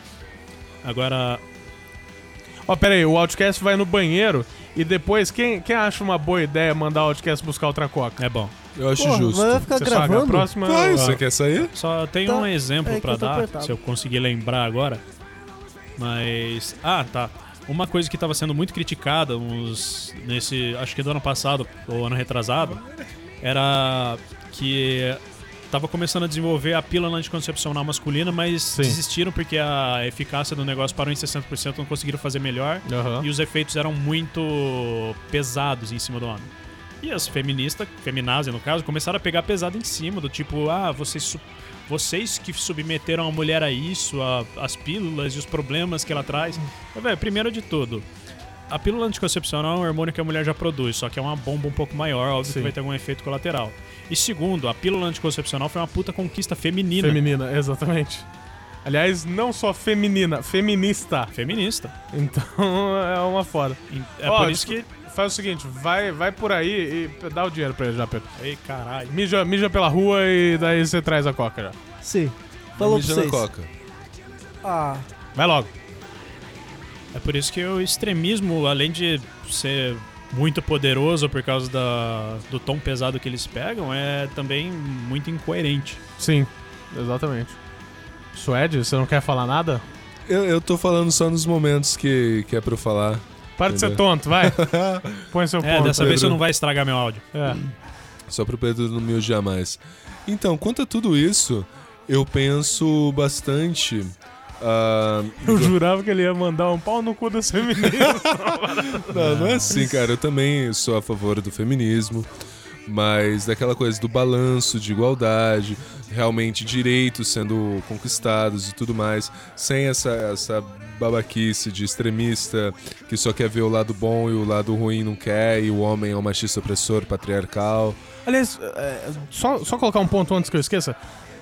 Agora, Ó, pera aí, o Outcast vai no banheiro e depois, quem acha uma boa ideia mandar o Outcast buscar outra coca? é bom. Eu acho Porra, justo. mas vai ficar Você sabe, a gravando? próxima... Vai, você quer sair? Só tem Tá. um exemplo É que pra eu tô dar, apertado. se eu conseguir lembrar agora. Mas... tá. Uma coisa que estava sendo muito criticada acho que do ano passado ou ano retrasado, era que tava começando a desenvolver a pílula anticoncepcional masculina, mas Sim. desistiram porque a eficácia do negócio parou em 60%, não conseguiram fazer melhor. Aham. E os efeitos eram muito pesados em cima do homem. E as feminazi no caso, começaram a pegar pesado em cima, do tipo, vocês que submeteram a mulher a isso, as pílulas e os problemas que ela traz. Mas, velho, primeiro de tudo, a pílula anticoncepcional é um hormônio que a mulher já produz, só que é uma bomba um pouco maior, óbvio Sim. que vai ter algum efeito colateral. E segundo, a pílula anticoncepcional foi uma puta conquista feminina. Feminina, exatamente. Aliás, não só feminina, feminista. Feminista. Então é uma foda. É Ó, por isso que... Faz o seguinte, vai por aí e dá o dinheiro pra ele já, Pedro. Ei, caralho. Mija pela rua e daí você traz a coca já. Sim. Falou pra Mija na vocês. coca. Vai logo. É por isso que o extremismo, além de ser muito poderoso por causa do tom pesado que eles pegam, é também muito incoerente. Sim, exatamente. Suede, você não quer falar nada? Eu tô falando só nos momentos que é pra eu falar. Para de ser Entendeu? tonto, vai. Põe seu ponto. Dessa vez Pedro. você não vai estragar meu áudio. É. Só pro Pedro não me odiar mais. Então, quanto a tudo isso, eu penso bastante... Eu jurava que ele ia mandar um pau no cu das feministas. Não é assim, cara. Eu também sou a favor do feminismo, mas daquela coisa do balanço de igualdade, realmente direitos sendo conquistados e tudo mais, sem essa babaquice de extremista que só quer ver o lado bom e o lado ruim não quer, e o homem é um machista opressor, patriarcal. Aliás, só colocar um ponto antes que eu esqueça.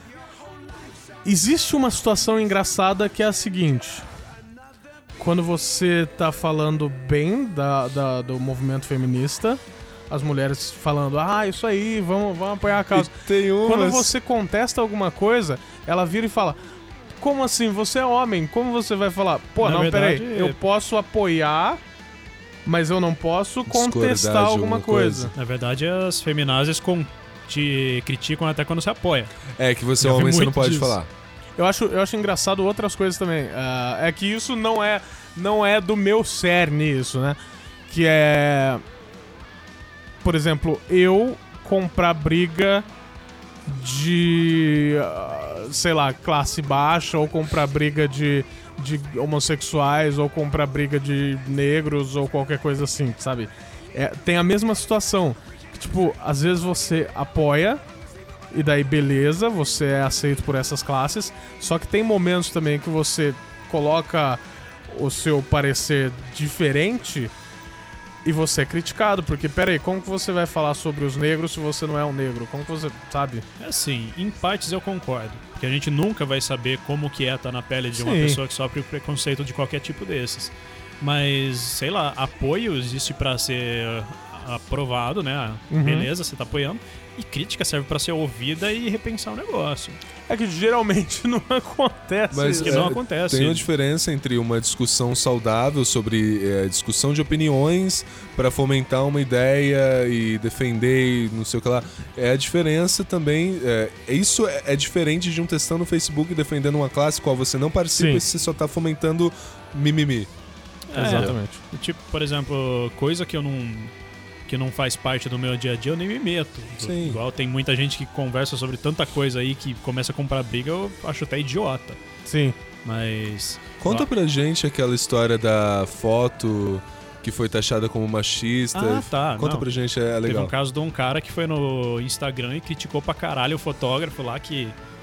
Existe uma situação engraçada que é a seguinte. Quando você tá falando bem do movimento feminista, as mulheres falando, isso aí, vamos apoiar a causa. E tem umas... Quando você contesta alguma coisa, ela vira e fala, como assim? Você é homem, como você vai falar? Pô, Na não, verdade, peraí, eu posso apoiar, mas eu não posso Discordar contestar de alguma alguma coisa. Na verdade, as feminazes te criticam até quando você apoia. É que você é Já vi homem, você não muito pode disso. falar. Eu acho engraçado outras coisas também. É que isso não é do meu cerne, isso, né? Que é... Por exemplo, eu comprar briga de... sei lá, classe baixa, ou comprar briga de homossexuais, ou comprar briga de negros, ou qualquer coisa assim, sabe? Tem a mesma situação. Que, tipo, às vezes você apoia... E daí, beleza, você é aceito por essas classes. Só que tem momentos também que você coloca o seu parecer diferente e você é criticado. Porque, peraí, como que você vai falar sobre os negros se você não é um negro? Como que você, sabe? Assim, em partes eu concordo. Porque a gente nunca vai saber como que é estar na pele de uma Sim. pessoa que sofre preconceito de qualquer tipo desses. Mas, sei lá, apoio existe pra ser aprovado, né? Uhum. Beleza, você tá apoiando. E crítica serve pra ser ouvida e repensar o negócio. É que geralmente não acontece. Mas Que não acontece. Tem uma diferença entre uma discussão saudável sobre discussão de opiniões para fomentar uma ideia e defender e não sei o que lá. É a diferença também. Isso é diferente de um textão no Facebook defendendo uma classe qual você não participa Sim. e você só tá fomentando mimimi. Exatamente. Tipo, por exemplo, coisa que não faz parte do meu dia a dia, eu nem me meto. Sim. Igual tem muita gente que conversa sobre tanta coisa aí que começa a comprar briga, eu acho até idiota. Sim. Mas... Conta pra gente aquela história da foto que foi taxada como machista. Ah, tá. Conta não. pra gente, é Teve legal. um caso de um cara que foi no Instagram e criticou pra caralho o fotógrafo lá que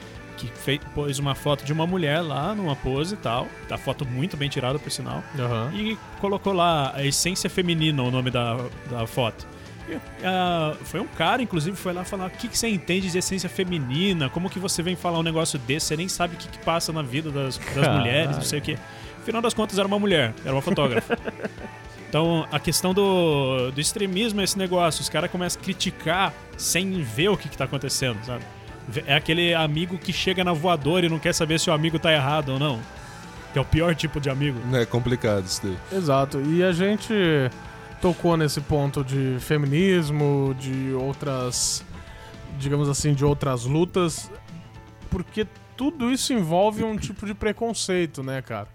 pôs uma foto de uma mulher lá numa pose e tal. A foto muito bem tirada, por sinal. Aham. E colocou lá a essência feminina, o nome da foto. E, foi um cara, inclusive, foi lá falar: o que você entende de essência feminina? Como que você vem falar um negócio desse? Você nem sabe o que passa na vida das mulheres, não sei o quê. Afinal das contas, era uma mulher, era uma fotógrafa. Então, a questão do extremismo é esse negócio. Os caras começam a criticar sem ver o que tá acontecendo, sabe? É aquele amigo que chega na voadora e não quer saber se o amigo tá errado ou não. Que é o pior tipo de amigo. É complicado isso daí. Exato. E a gente tocou nesse ponto de feminismo, de outras, digamos assim, de outras lutas, porque tudo isso envolve um tipo de preconceito, né, cara?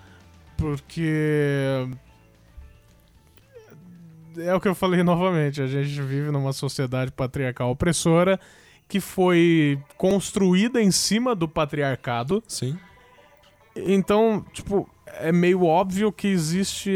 Porque é o que eu falei novamente, a gente vive numa sociedade patriarcal opressora que foi construída em cima do patriarcado. Sim. Então, tipo, é meio óbvio que existe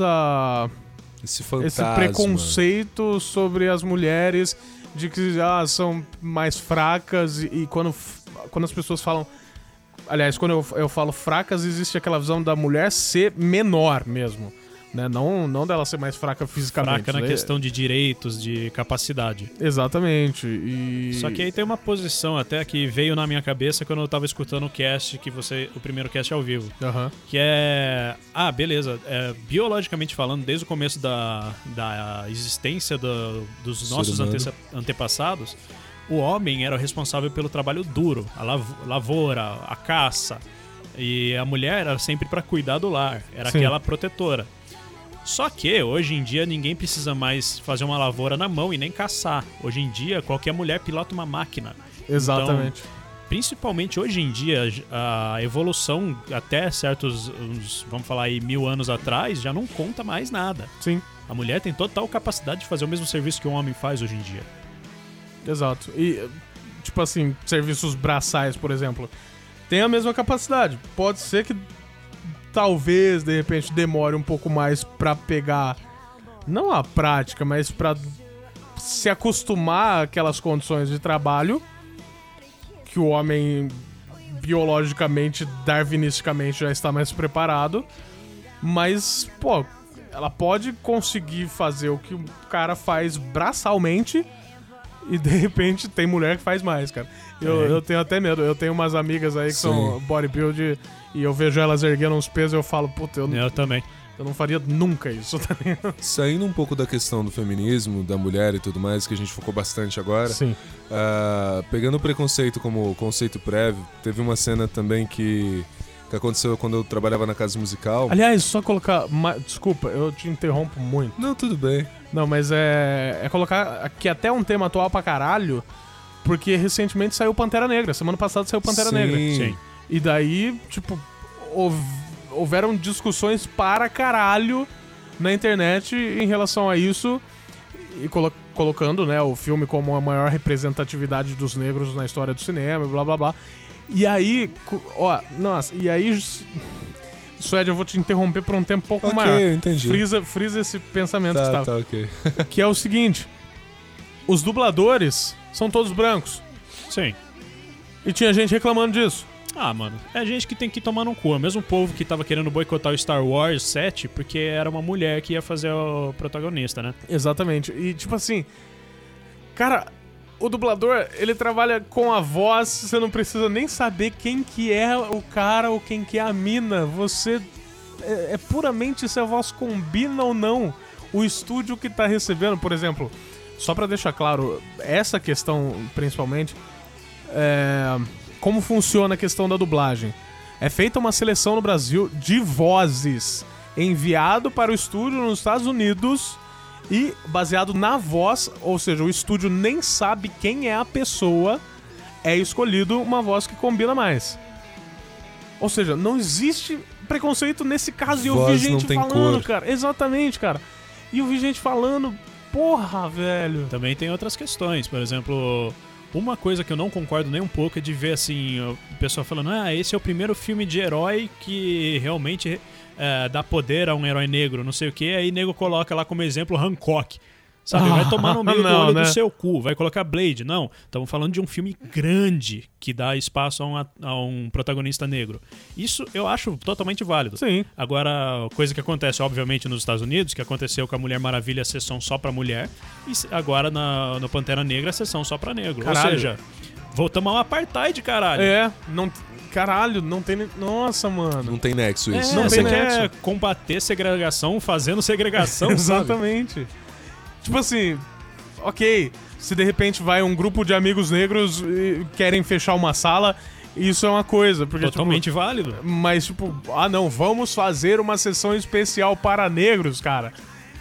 Esse fantasma. esse preconceito sobre as mulheres, de que são mais fracas, e quando as pessoas falam... Aliás, quando eu falo fracas, existe aquela visão da mulher ser menor mesmo, né? Não dela ser mais fraca fisicamente. Fraca na questão de direitos, de capacidade. Exatamente. E... Só que aí tem uma posição até que veio na minha cabeça quando eu tava escutando o cast, o primeiro cast ao vivo. Aham. Que é... beleza. Biologicamente falando, desde o começo da existência dos nossos antepassados, o homem era o responsável pelo trabalho duro, a lavoura, a caça. E a mulher era sempre pra cuidar do lar, era Sim. aquela protetora. Só que, hoje em dia, ninguém precisa mais fazer uma lavoura na mão e nem caçar. Hoje em dia, qualquer mulher pilota uma máquina. Exatamente. Então, principalmente hoje em dia, a evolução até vamos falar aí, 1000 anos atrás, já não conta mais nada. Sim, A mulher tem total capacidade de fazer o mesmo serviço que um homem faz hoje em dia. exato. E, tipo assim, serviços braçais, por exemplo, tem a mesma capacidade. Pode ser que talvez, de repente, demore um pouco mais pra pegar, não a prática, mas pra se acostumar àquelas condições de trabalho que o homem biologicamente, darwinisticamente já está mais preparado. Mas, pô, ela pode conseguir fazer o que o cara faz braçalmente e, de repente, tem mulher que faz mais, cara. Eu tenho até medo. Eu tenho umas amigas aí que são bodybuild e eu vejo elas erguendo uns pesos e eu falo, puta, Eu também. eu não faria nunca isso, tá ligado? Saindo um pouco da questão do feminismo, da mulher e tudo mais, que a gente focou bastante agora, Sim. pegando o preconceito como conceito prévio, teve uma cena também que que aconteceu quando eu trabalhava na casa musical. Aliás, só colocar... Desculpa, eu te interrompo muito. Não, tudo bem. Não, mas é colocar aqui até um tema atual pra caralho, porque recentemente saiu Pantera Negra. Semana passada saiu Pantera Sim. Negra. Sim. E daí, tipo, houveram discussões para caralho na internet em relação a isso, e colocando, né, o filme como a maior representatividade dos negros na história do cinema, blá blá blá. E aí, ó, nossa, e aí, Suede, eu vou te interromper por um tempo um pouco maior. Ok, eu entendi. Frisa esse pensamento que estava. Tá, ok. Que é o seguinte: os dubladores são todos brancos. Sim. E tinha gente reclamando disso. Ah, mano, é gente que tem que tomar no cu. É o mesmo povo que tava querendo boicotar o Star Wars 7 porque era uma mulher que ia fazer o protagonista, né? Exatamente. E tipo assim, cara, o dublador, ele trabalha com a voz, você não precisa nem saber quem que é o cara ou quem que é a mina. Você... É puramente se a voz combina ou não. O estúdio que tá recebendo, por exemplo, só pra deixar claro, essa questão principalmente, como funciona a questão da dublagem. É feita uma seleção no Brasil de vozes, enviado para o estúdio nos Estados Unidos e baseado na voz, ou seja, o estúdio nem sabe quem é a pessoa, é escolhido uma voz que combina mais. Ou seja, não existe preconceito nesse caso. E eu vi gente falando, cara. Exatamente, cara. E eu vi gente falando, porra, velho. Também tem outras questões, por exemplo... Uma coisa que eu não concordo nem um pouco é de ver, assim, o pessoal falando, esse é o primeiro filme de herói que realmente dá poder a um herói negro, não sei o que, aí nego coloca lá como exemplo Hancock. Sabe, vai tomar no meio do olho do seu cu, vai colocar Blade. Não, estamos falando de um filme grande que dá espaço a um protagonista negro. Isso eu acho totalmente válido. Sim. Agora, coisa que acontece, obviamente, nos Estados Unidos, que aconteceu com a Mulher Maravilha, a sessão só pra mulher, e agora no Pantera Negra, a sessão só pra negro. Caralho. Ou seja, voltamos ao apartheid, caralho. Caralho, não tem... Nossa, mano. Não tem nexo isso. não Você tem quer nexo. combater segregação fazendo segregação, sabe? Exatamente. Tipo assim, ok, se de repente vai um grupo de amigos negros e querem fechar uma sala, isso é uma coisa. Porque, Totalmente tipo, válido. mas tipo, não, vamos fazer uma sessão especial para negros, cara.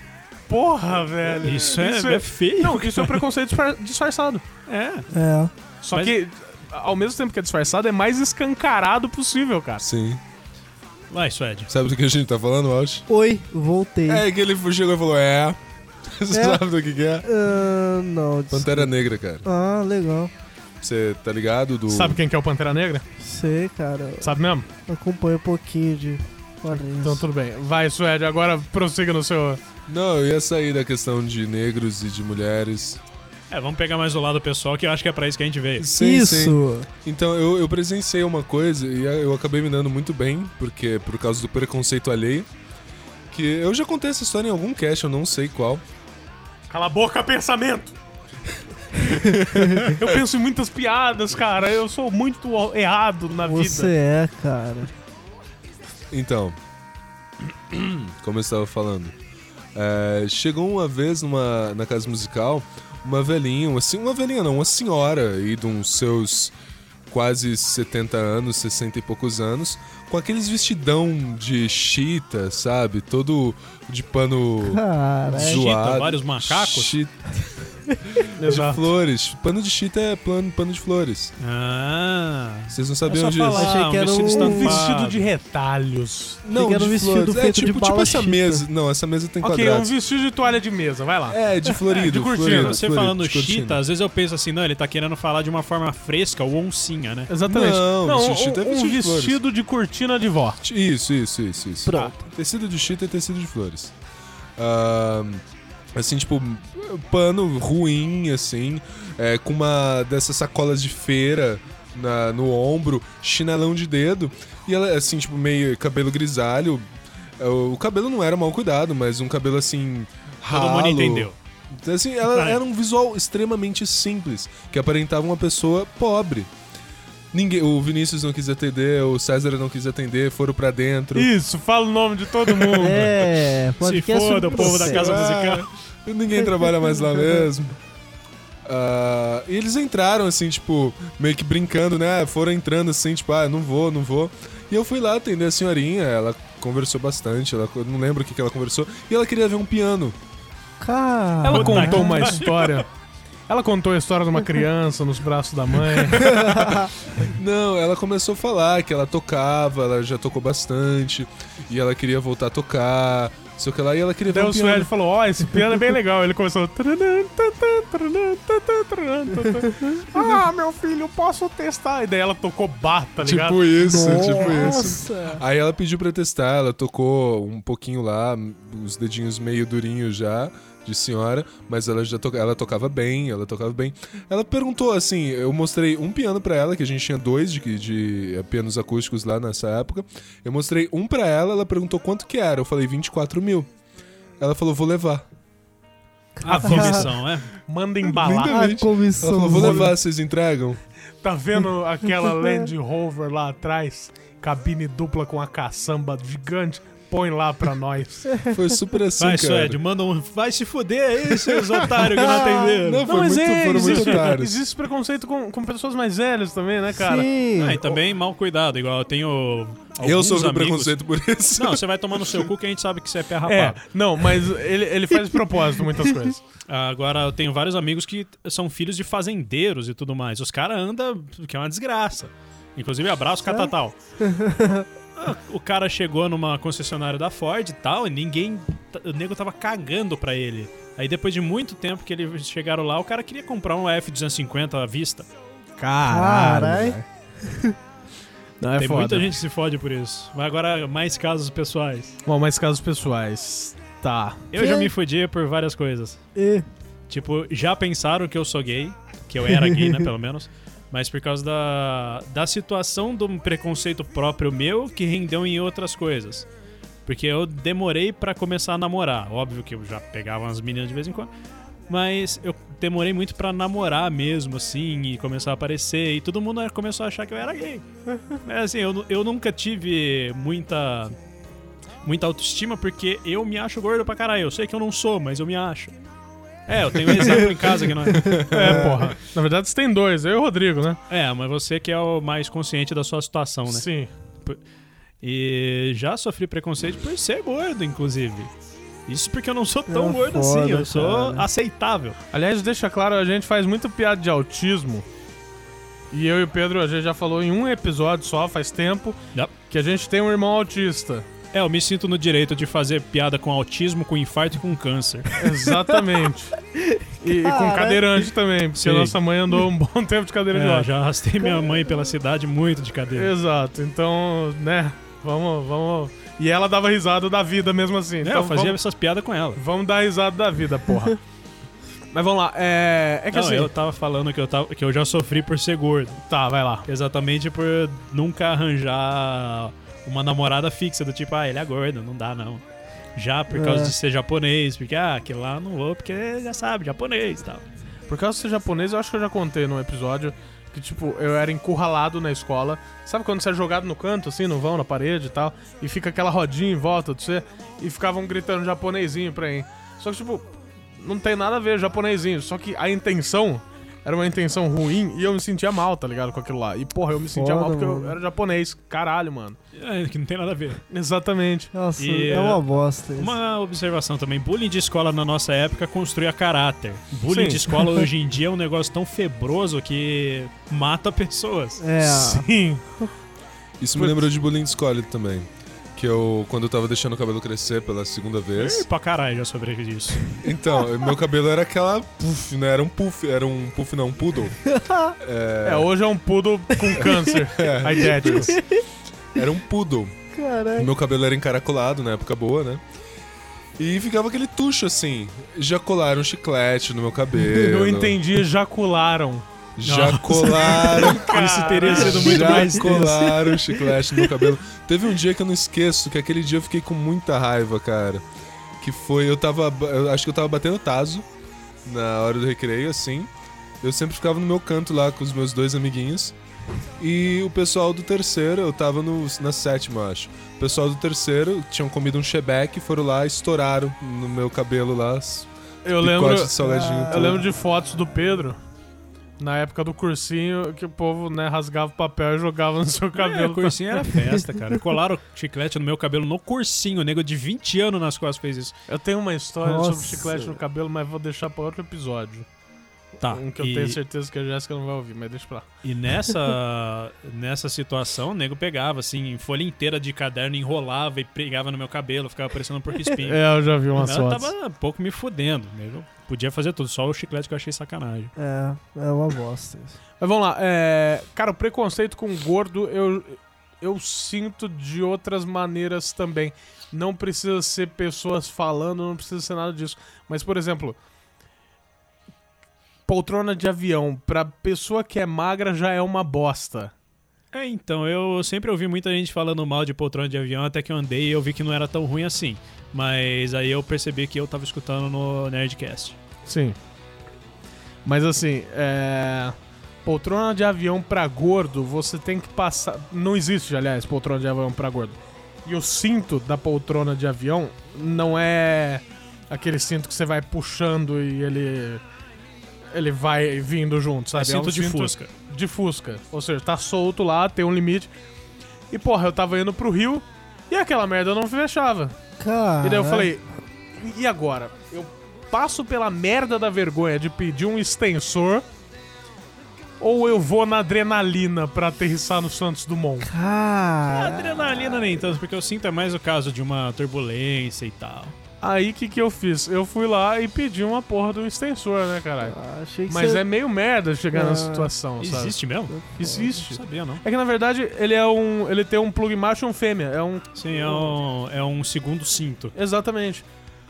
Porra, velho. Isso é feio. Não, isso é preconceito disfarçado. É. Só Mas- que, ao mesmo tempo que é disfarçado, é mais escancarado possível, cara. Sim. Vai, Suede. Sabe do que a gente tá falando, Walsh? Oi, voltei. É que ele chegou e falou, Você sabe do que é? Não. Pantera Negra, cara. Ah, legal. Você tá ligado do... Sabe quem que é o Pantera Negra? Sei, cara. Sabe mesmo? Acompanho um pouquinho de quadrinhos. Então tudo bem. Vai, Suede, agora prossiga no seu... Não, eu ia sair da questão de negros e de mulheres. Vamos pegar mais do lado pessoal, que eu acho que é pra isso que a gente veio. Sim, Isso! sim. Então, eu presenciei uma coisa e eu acabei me dando muito bem, porque por causa do preconceito alheio, que eu já contei essa história em algum cast, eu não sei qual. Cala a boca, pensamento! Eu penso em muitas piadas, cara. Eu sou muito errado na Você vida. é, cara. Então, como eu estava falando, chegou uma vez na casa musical uma velhinha, uma senhora aí de uns seus quase 70 anos, 60 e poucos anos, com aqueles vestidão de chita, sabe? Todo de pano Caralho. zoado. Chita, vários macacos? De flores. Pano de chita é pano de flores. Vocês não sabiam disso? Achei que era vestido um estampado. Vestido de retalhos. Não, que era um de vestido flores. feito de tipo bala essa chita. mesa. Não, essa mesa tem Ok, quadrados. um vestido de toalha de mesa, vai lá. É, de florido. de cortina. florido, Você florido, falando de cortina. chita, às vezes eu penso assim, não, ele tá querendo falar de uma forma fresca ou oncinha, né? Exatamente. Não, vestido de chita é um vestido de flores. vestido de cortina de vó. Isso. Pronto. Tecido de chita e tecido de flores. Assim, tipo, pano ruim, assim, com uma dessas sacolas de feira no ombro, chinelão de dedo, e ela, assim, tipo, meio cabelo grisalho. O cabelo não era mal cuidado, mas um cabelo, assim, ralo. Todo mundo entendeu. Assim, ela era um visual extremamente simples, que aparentava uma pessoa pobre. O Vinícius não quis atender, o César não quis atender, foram pra dentro. Isso, fala o nome de todo mundo. É, Se podcast foda, o sobre povo da você. casa musical. Ninguém trabalha mais lá mesmo. E eles entraram, assim, tipo, meio que brincando, né? Foram entrando assim, tipo, não vou. E eu fui lá atender a senhorinha, ela conversou bastante, eu não lembro o que ela conversou, e ela queria ver um piano. Cara, Ela contou uma história. Ela contou a história de uma criança nos braços da mãe. Não, ela começou a falar que ela tocava, ela já tocou bastante, e ela queria voltar a tocar, sei o que lá, e ela queria ver Daí um o piano. Suede falou, esse piano é bem legal. Ele começou... meu filho, posso testar? E daí ela tocou bar, tá ligado? Tipo isso. Nossa. Aí ela pediu pra testar, ela tocou um pouquinho lá, os dedinhos meio durinhos já, de senhora, mas ela tocava bem. Ela perguntou assim, eu mostrei um piano pra ela, que a gente tinha 2 de pianos acústicos lá nessa época. Eu mostrei um pra ela perguntou quanto que era. Eu falei 24 mil. Ela falou, vou levar. A comissão, é? Manda embalar. Lindamente. A comissão. Ela falou, vou levar, vocês entregam? Tá vendo aquela Land Rover lá atrás? Cabine dupla com a caçamba gigante. Põe lá pra nós. Foi super assim, Vai, cara. Suede, manda um. Vai se fuder aí, seus otários que não atenderam. Não, foram muito existe, otários. existe preconceito com pessoas mais velhas também, né, cara? Sim. E também mal cuidado, igual eu tenho. Eu sofri amigos... preconceito por isso. Não, você vai tomar no seu cu que a gente sabe que você é pé É, rapado. não, mas ele faz de propósito muitas coisas. Agora, eu tenho vários amigos que são filhos de fazendeiros e tudo mais. Os caras andam, que é uma desgraça. Inclusive, abraço, Catatal. O cara chegou numa concessionária da Ford e tal, e o nego tava cagando pra ele. Aí depois de muito tempo que eles chegaram lá, o cara queria comprar um F-250 à vista. Caralho. Não, é Tem foda. muita gente que se fode por isso. Mas agora, mais casos pessoais. Bom, mais casos pessoais. Tá. Eu já me fodi por várias coisas. E... Tipo, já pensaram que eu sou gay, que eu era gay, né, pelo menos. Mas por causa da situação do preconceito próprio meu, que rendeu em outras coisas. Porque eu demorei pra começar a namorar. Óbvio que eu já pegava umas meninas de vez em quando. Mas eu demorei muito pra namorar mesmo, assim, e começar a aparecer. E todo mundo começou a achar que eu era gay. Mas assim, eu nunca tive muita autoestima, porque eu me acho gordo pra caralho. Eu sei que eu não sou, mas eu me acho. Eu tenho um exemplo em casa que não é. Porra. Na verdade, você tem 2, eu e o Rodrigo, né? Mas você que é o mais consciente da sua situação, né? Sim. E já sofri preconceito por ser gordo, inclusive. Isso porque eu não sou tão É gordo foda, assim, eu sou cara. aceitável. Aliás, deixa claro, a gente faz muita piada de autismo. E eu e o Pedro, a gente já falou em um episódio só, faz tempo, Yep. que a gente tem um irmão autista. Eu me sinto no direito de fazer piada com autismo, com infarto e com câncer. Exatamente. E com cadeirante também, porque Sim. a nossa mãe andou um bom tempo de cadeira de rodas. Já arrastei minha mãe pela cidade muito de cadeira. Exato, então, né, vamos... E ela dava risada da vida mesmo assim. Então Eu fazia essas piadas com ela. vamos dar risada da vida, porra. Mas vamos lá, é que Não, assim... eu tava falando que eu já sofri por ser gordo. Tá, vai lá. Exatamente por nunca arranjar uma namorada fixa, do tipo, ele é gordo, não dá não. Já por causa de ser japonês, porque, aquilo lá não vou, porque já sabe, japonês e tal. Por causa de ser japonês, eu acho que eu já contei num episódio que, tipo, eu era encurralado na escola. Sabe quando você é jogado no canto, assim, no vão, na parede e tal, e fica aquela rodinha em volta de você, e ficavam gritando japonesinho pra mim. Só que, tipo, não tem nada a ver japonesinho, só que a intenção era uma intenção ruim e eu me sentia mal, tá ligado, com aquilo lá. E, porra, eu me sentia Foda, mal porque mano. eu era japonês. Caralho, mano. Que não tem nada a ver. Exatamente. Nossa, E, é uma bosta isso. Uma observação também, bullying de escola na nossa época construía caráter. Bullying Sim. de escola hoje em dia é um negócio tão febroso que mata pessoas. Sim. Isso me lembrou de bullying de escola também. Que eu, quando eu tava deixando o cabelo crescer pela segunda vez. Pra caralho já sobre isso. Então, meu cabelo era aquela puff, né? Era um puff não, um poodle. Hoje é um poodle com câncer. Aidético. Era um poodle. Caralho. Meu cabelo era encaracolado na época boa, né? E ficava aquele tucho assim. Já colaram chiclete no meu cabelo. Eu entendi, ejacularam. Já colaram. Isso teria sido muito Já mais tenso. colaram chiclete no meu cabelo. Teve um dia que eu não esqueço, que aquele dia eu fiquei com muita raiva, cara. Que foi, eu acho que eu tava batendo tazo na hora do recreio, assim. Eu sempre ficava no meu canto lá com os meus 2 amiguinhos. E o pessoal do terceiro, eu tava na sétima, acho. O pessoal do terceiro tinham comido um chebeque, foram lá e estouraram no meu cabelo lá. Eu lembro, picote de salgadinho eu todo. lembro de fotos do Pedro, na época do cursinho, que o povo, né, rasgava o papel e jogava no seu O cabelo. cursinho era festa, cara. Colaram chiclete no meu cabelo no cursinho. O nego de 20 anos nas costas fez isso. Eu tenho uma história Nossa. sobre chiclete no cabelo, mas vou deixar pra outro episódio. Tá. Um que eu tenho certeza que a Jéssica não vai ouvir, mas deixa pra lá. E nessa situação, o nego pegava, assim, folha inteira de caderno, enrolava e pregava no meu cabelo, ficava parecendo um porco espinho. É, eu já vi umas Ela fotos. tava um pouco me fudendo. O nego podia fazer tudo, só o chiclete que eu achei sacanagem. É uma bosta isso. Mas vamos lá, cara, o preconceito com gordo eu sinto de outras maneiras também. Não precisa ser pessoas falando, não precisa ser nada disso. Mas, por exemplo, poltrona de avião, pra pessoa que é magra já é uma bosta. Então, eu sempre ouvi muita gente falando mal de poltrona de avião, até que eu andei e eu vi que não era tão ruim assim. Mas aí eu percebi que eu tava escutando no Nerdcast. Sim. Mas assim, poltrona de avião pra gordo, você tem que passar... Não existe, aliás, poltrona de avião pra gordo. E o cinto da poltrona de avião não é aquele cinto que você vai puxando e ele vai vindo junto, sabe? É cinto de Fusca. De Fusca. Ou seja, tá solto lá, tem um limite. E porra, eu tava indo pro Rio e aquela merda não fechava. Cara. E daí eu falei, e agora? Eu passo pela merda da vergonha de pedir um extensor ou eu vou na adrenalina pra aterrissar no Santos Dumont? A Cara. adrenalina nem tanto, porque eu sinto é mais o caso de uma turbulência e tal. Aí o que eu fiz? Eu fui lá e pedi uma porra do extensor, né, caralho? Achei que Mas você... é meio merda chegar nessa situação, sabe? Existe mesmo? Existe. Não sabia, não. É que na verdade ele tem um plug macho e um fêmea. Sim, é um segundo cinto. Exatamente.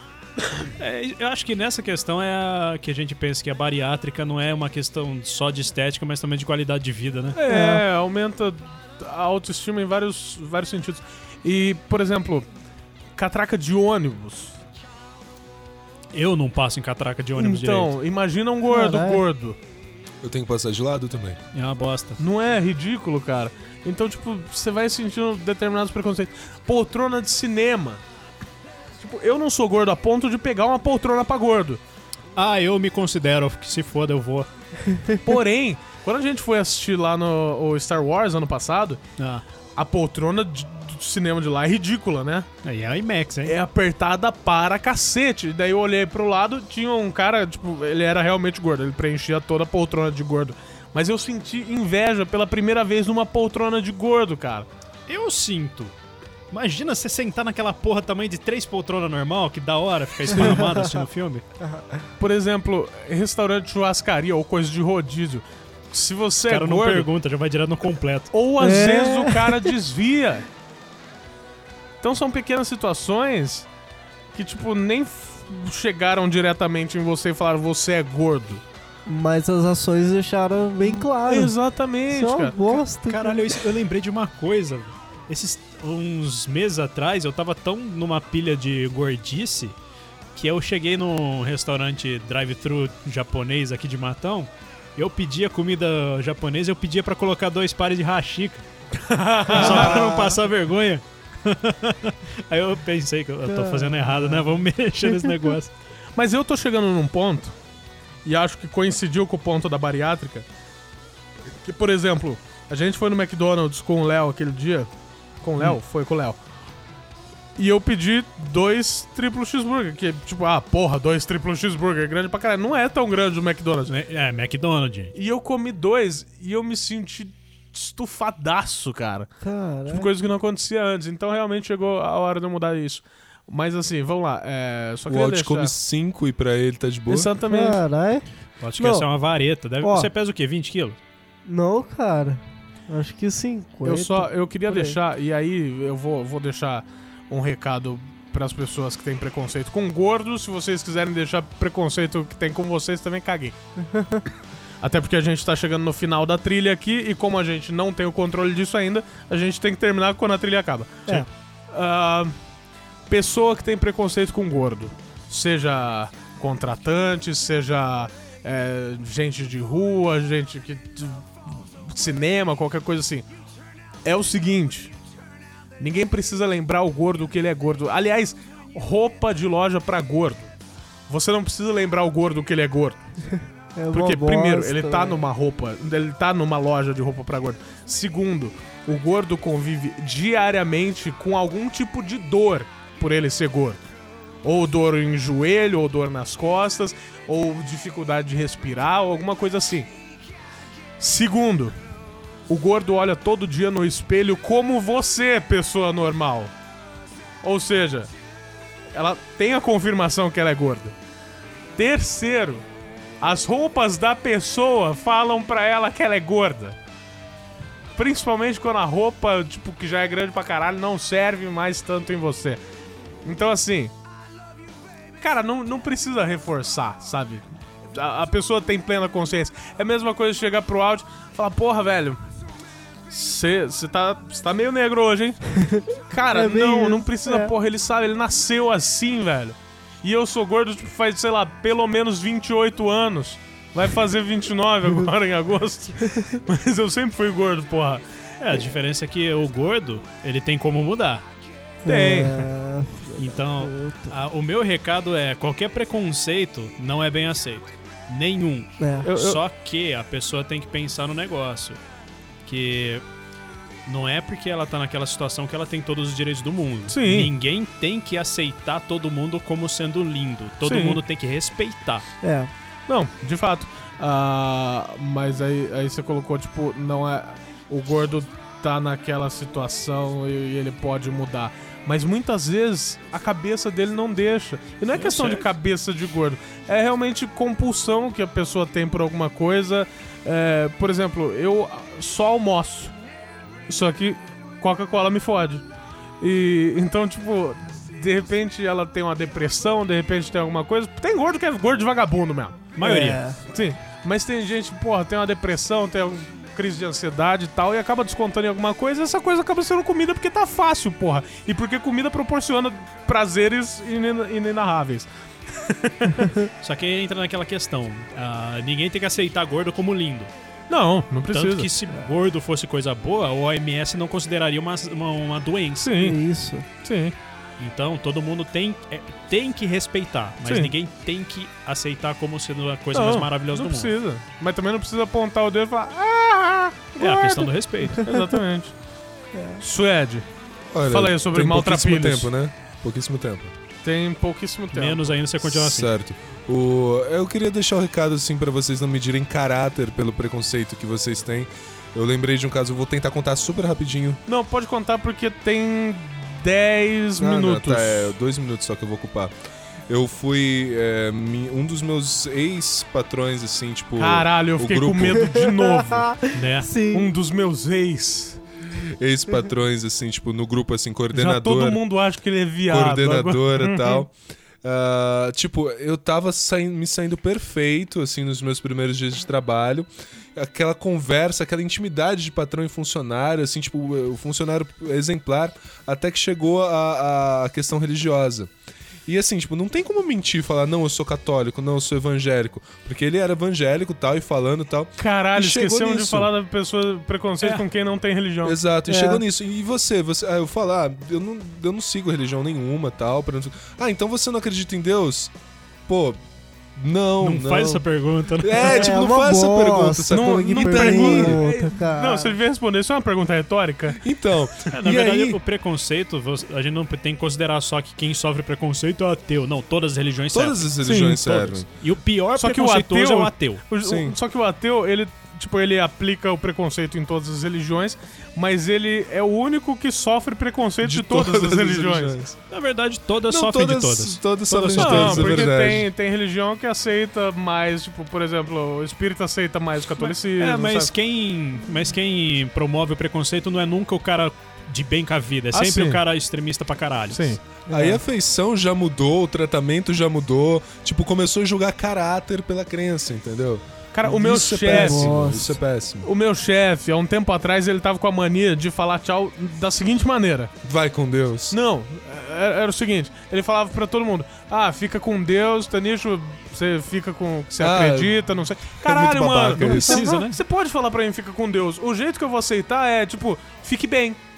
Eu acho que nessa questão é a que a gente pensa que a bariátrica não é uma questão só de estética, mas também de qualidade de vida, né? Aumenta a autoestima em vários sentidos. E, por exemplo, catraca de ônibus. Eu não passo em catraca de ônibus direito. Então, imagina um gordo Caralho. gordo. Eu tenho que passar de lado também. É uma bosta. Não é ridículo, cara? Então, tipo, você vai sentindo determinados preconceitos. Poltrona de cinema. Tipo, eu não sou gordo a ponto de pegar uma poltrona pra gordo. Eu me considero, que se foda eu vou. Porém, quando a gente foi assistir lá no Star Wars ano passado, a poltrona do cinema de lá é ridícula, né? Aí é IMAX, hein? É apertada para cacete. E daí eu olhei pro lado, tinha um cara, tipo, ele era realmente gordo, ele preenchia toda a poltrona de gordo. Mas eu senti inveja pela primeira vez numa poltrona de gordo, cara. Eu sinto. Imagina você sentar naquela porra tamanho de 3 poltronas normal, que da hora ficar esparramado assistindo filme. Por exemplo, restaurante de churrascaria ou coisa de rodízio. Se você O cara é não gordo, pergunta, já vai direto no completo. ou às vezes o cara desvia. Então são pequenas situações que, tipo, nem chegaram diretamente em você e falaram você é gordo. Mas as ações deixaram bem claro. Exatamente, Isso é uma cara. bosta. Caralho, eu lembrei de uma coisa. Uns meses atrás, eu tava tão numa pilha de gordice que eu cheguei num restaurante drive-thru japonês aqui de Matão. Eu pedia comida japonesa, eu pedia pra colocar 2 pares de hashika. Só pra não passar vergonha. Aí eu pensei que eu tô fazendo errado, né? Vamos mexer nesse negócio. Mas eu tô chegando num ponto, e acho que coincidiu com o ponto da bariátrica, que, por exemplo, a gente foi no McDonald's com o Léo aquele dia. Com o Léo? Foi com o Léo. E eu pedi 2 triplo cheeseburger, que tipo, 2 triplo cheeseburger, grande pra caralho. Não é tão grande o McDonald's. McDonald's. E eu comi 2 e eu me senti estufadaço, cara. Cara. Tipo, coisa que não acontecia antes. Então realmente chegou a hora de eu mudar isso. Mas assim, vamos lá. Só O queria Walt deixar... come 5 e pra ele tá de boa. Exatamente. Caralho. Acho que essa é uma vareta. Você pesa o quê? 20 quilos? Não, cara. Acho que 50. Eu queria por aí. deixar, e aí eu vou deixar um recado pras pessoas que têm preconceito com gordos. Se vocês quiserem deixar preconceito que tem com vocês, também caguei. Até porque a gente tá chegando no final da trilha aqui, e como a gente não tem o controle disso ainda, a gente tem que terminar quando a trilha acaba. É. Pessoa que tem preconceito com gordo, seja contratante, seja gente de rua, gente que cinema, qualquer coisa assim. É o seguinte, ninguém precisa lembrar o gordo que ele é gordo. Aliás, roupa de loja pra gordo. você não precisa lembrar o gordo que ele é gordo. É uma Porque, bosta, primeiro, ele tá né? numa roupa, ele tá numa loja de roupa pra gordo. Segundo, o gordo convive diariamente com algum tipo de dor por ele ser gordo. Ou dor em joelho, ou dor nas costas, ou dificuldade de respirar, ou alguma coisa assim. Segundo, o gordo olha todo dia no espelho como você, pessoa normal. Ou seja, ela tem a confirmação que ela é gorda. Terceiro, as roupas da pessoa falam pra ela que ela é gorda. Principalmente quando a roupa, tipo, que já é grande pra caralho, não serve mais tanto em você. Então, assim... Cara, não precisa reforçar, sabe? A pessoa tem plena consciência. É a mesma coisa chegar pro áudio e falar, porra, velho... Você tá meio negro hoje, hein? Cara, É bem não isso, precisa, é. porra, ele sabe, ele nasceu assim, velho. E eu sou gordo, tipo, faz, sei lá, pelo menos 28 anos. Vai fazer 29 agora em agosto. Mas eu sempre fui gordo, porra. A diferença é que o gordo, ele tem como mudar. Tem. É, Então, o meu recado é, qualquer preconceito não é bem aceito. Nenhum. é. Só que a pessoa tem que pensar no negócio. Que não é porque ela tá naquela situação que ela tem todos os direitos do mundo. Sim. Ninguém tem que aceitar todo mundo como sendo lindo. Todo Sim. mundo tem que respeitar. É. Não, de fato. Mas aí você colocou, tipo, não é... O gordo tá naquela situação e ele pode mudar. Mas muitas vezes a cabeça dele não deixa. E não é questão de cabeça de gordo. É realmente compulsão que a pessoa tem por alguma coisa. Por exemplo, eu só almoço. Só que Coca-Cola me fode. E então, tipo, de repente ela tem uma depressão, de repente tem alguma coisa. Tem gordo que é gordo de vagabundo mesmo. Maioria. Sim. Mas tem gente, porra, tem uma depressão, tem uma crise de ansiedade e tal, e acaba descontando em alguma coisa, e essa coisa acaba sendo comida porque tá fácil, porra. E porque comida proporciona prazeres inenarráveis. Só que aí entra naquela questão. Ninguém tem que aceitar gordo como lindo. Não precisa. Tanto que se gordo fosse coisa boa, o OMS não consideraria uma doença. Sim, Isso. sim. Então todo mundo tem que respeitar, mas Sim. ninguém tem que aceitar como sendo a coisa mais maravilhosa não do mundo. precisa. Mas também não precisa apontar o dedo e falar, É a gordo. questão do respeito. Exatamente. Suede, Olha, fala aí sobre tem pouquíssimo maltrapilhos. tempo, né? Pouquíssimo tempo. Tem pouquíssimo tempo. Menos ainda se você continuar assim. Certo. Eu queria deixar um recado assim pra vocês não medirem caráter pelo preconceito que vocês têm. Eu lembrei de um caso, eu vou tentar contar super rapidinho. Não, pode contar porque tem 10 minutos. Não, tá, 2 minutos só que eu vou ocupar. Eu fui um dos meus ex-patrões, assim, tipo... Caralho, eu o fiquei grupo- com medo de novo. Né? Sim. Um dos meus ex. Ex-patrões, assim, tipo, no grupo, assim, Já coordenador... todo mundo acha que ele é viado. coordenadora Agora- e tal. Tipo, eu tava me saindo perfeito, assim, nos meus primeiros dias de trabalho. Aquela conversa, aquela intimidade de patrão e funcionário, assim, tipo, o funcionário exemplar, até que chegou a questão religiosa. E assim, tipo, não tem como mentir e falar, não, eu sou católico, não, eu sou evangélico. Porque ele era evangélico tal, e falando tal. Caralho, E chegou esquecemos de nisso. falar da pessoa preconceito com quem não tem religião. Exato, e É. chegou nisso. E você? Eu falo, eu não sigo religião nenhuma tal. Então você não acredita em Deus? Pô, não. Não faz essa pergunta, né? Tipo, não uma faz essa bosta, pergunta, sacou? que não pergunta, cara. Não, você devia responder. Isso é uma pergunta retórica? Então, Na e verdade, aí, o preconceito, a gente não tem que considerar só que quem sofre preconceito é ateu. Não, todas as religiões todas servem. as religiões Sim, servem. Todas. E o pior Só que o preconceituoso ateu- é o ateu. Sim. Só que o ateu, ele aplica o preconceito em todas as religiões, mas ele é o único que sofre preconceito de todas as religiões. Na verdade, todas Não, sofrem de todas. Todas sofrem de Todas todas, Não, é porque verdade. tem religião que aceita mais, tipo, por exemplo, o espírita aceita mais o catolicismo. Mas sabe? quem promove o preconceito não é nunca o cara de bem com a vida. É sempre sim. o cara extremista pra caralho. Sim. Aí a feição já mudou, o tratamento já mudou. Tipo, começou a julgar caráter pela crença, entendeu? Cara, o meu Isso é chefe... péssimo, Nossa. isso é péssimo. O meu chefe, há um tempo atrás, ele tava com a mania de falar tchau da seguinte maneira. Vai com Deus. Não, era o seguinte, ele falava pra todo mundo, fica com Deus, Tanicho, você fica com o que você acredita, não sei. Caralho, muito mano, babaca Não isso. precisa, né? você pode falar pra mim, fica com Deus. O jeito que eu vou aceitar é, tipo, fique bem.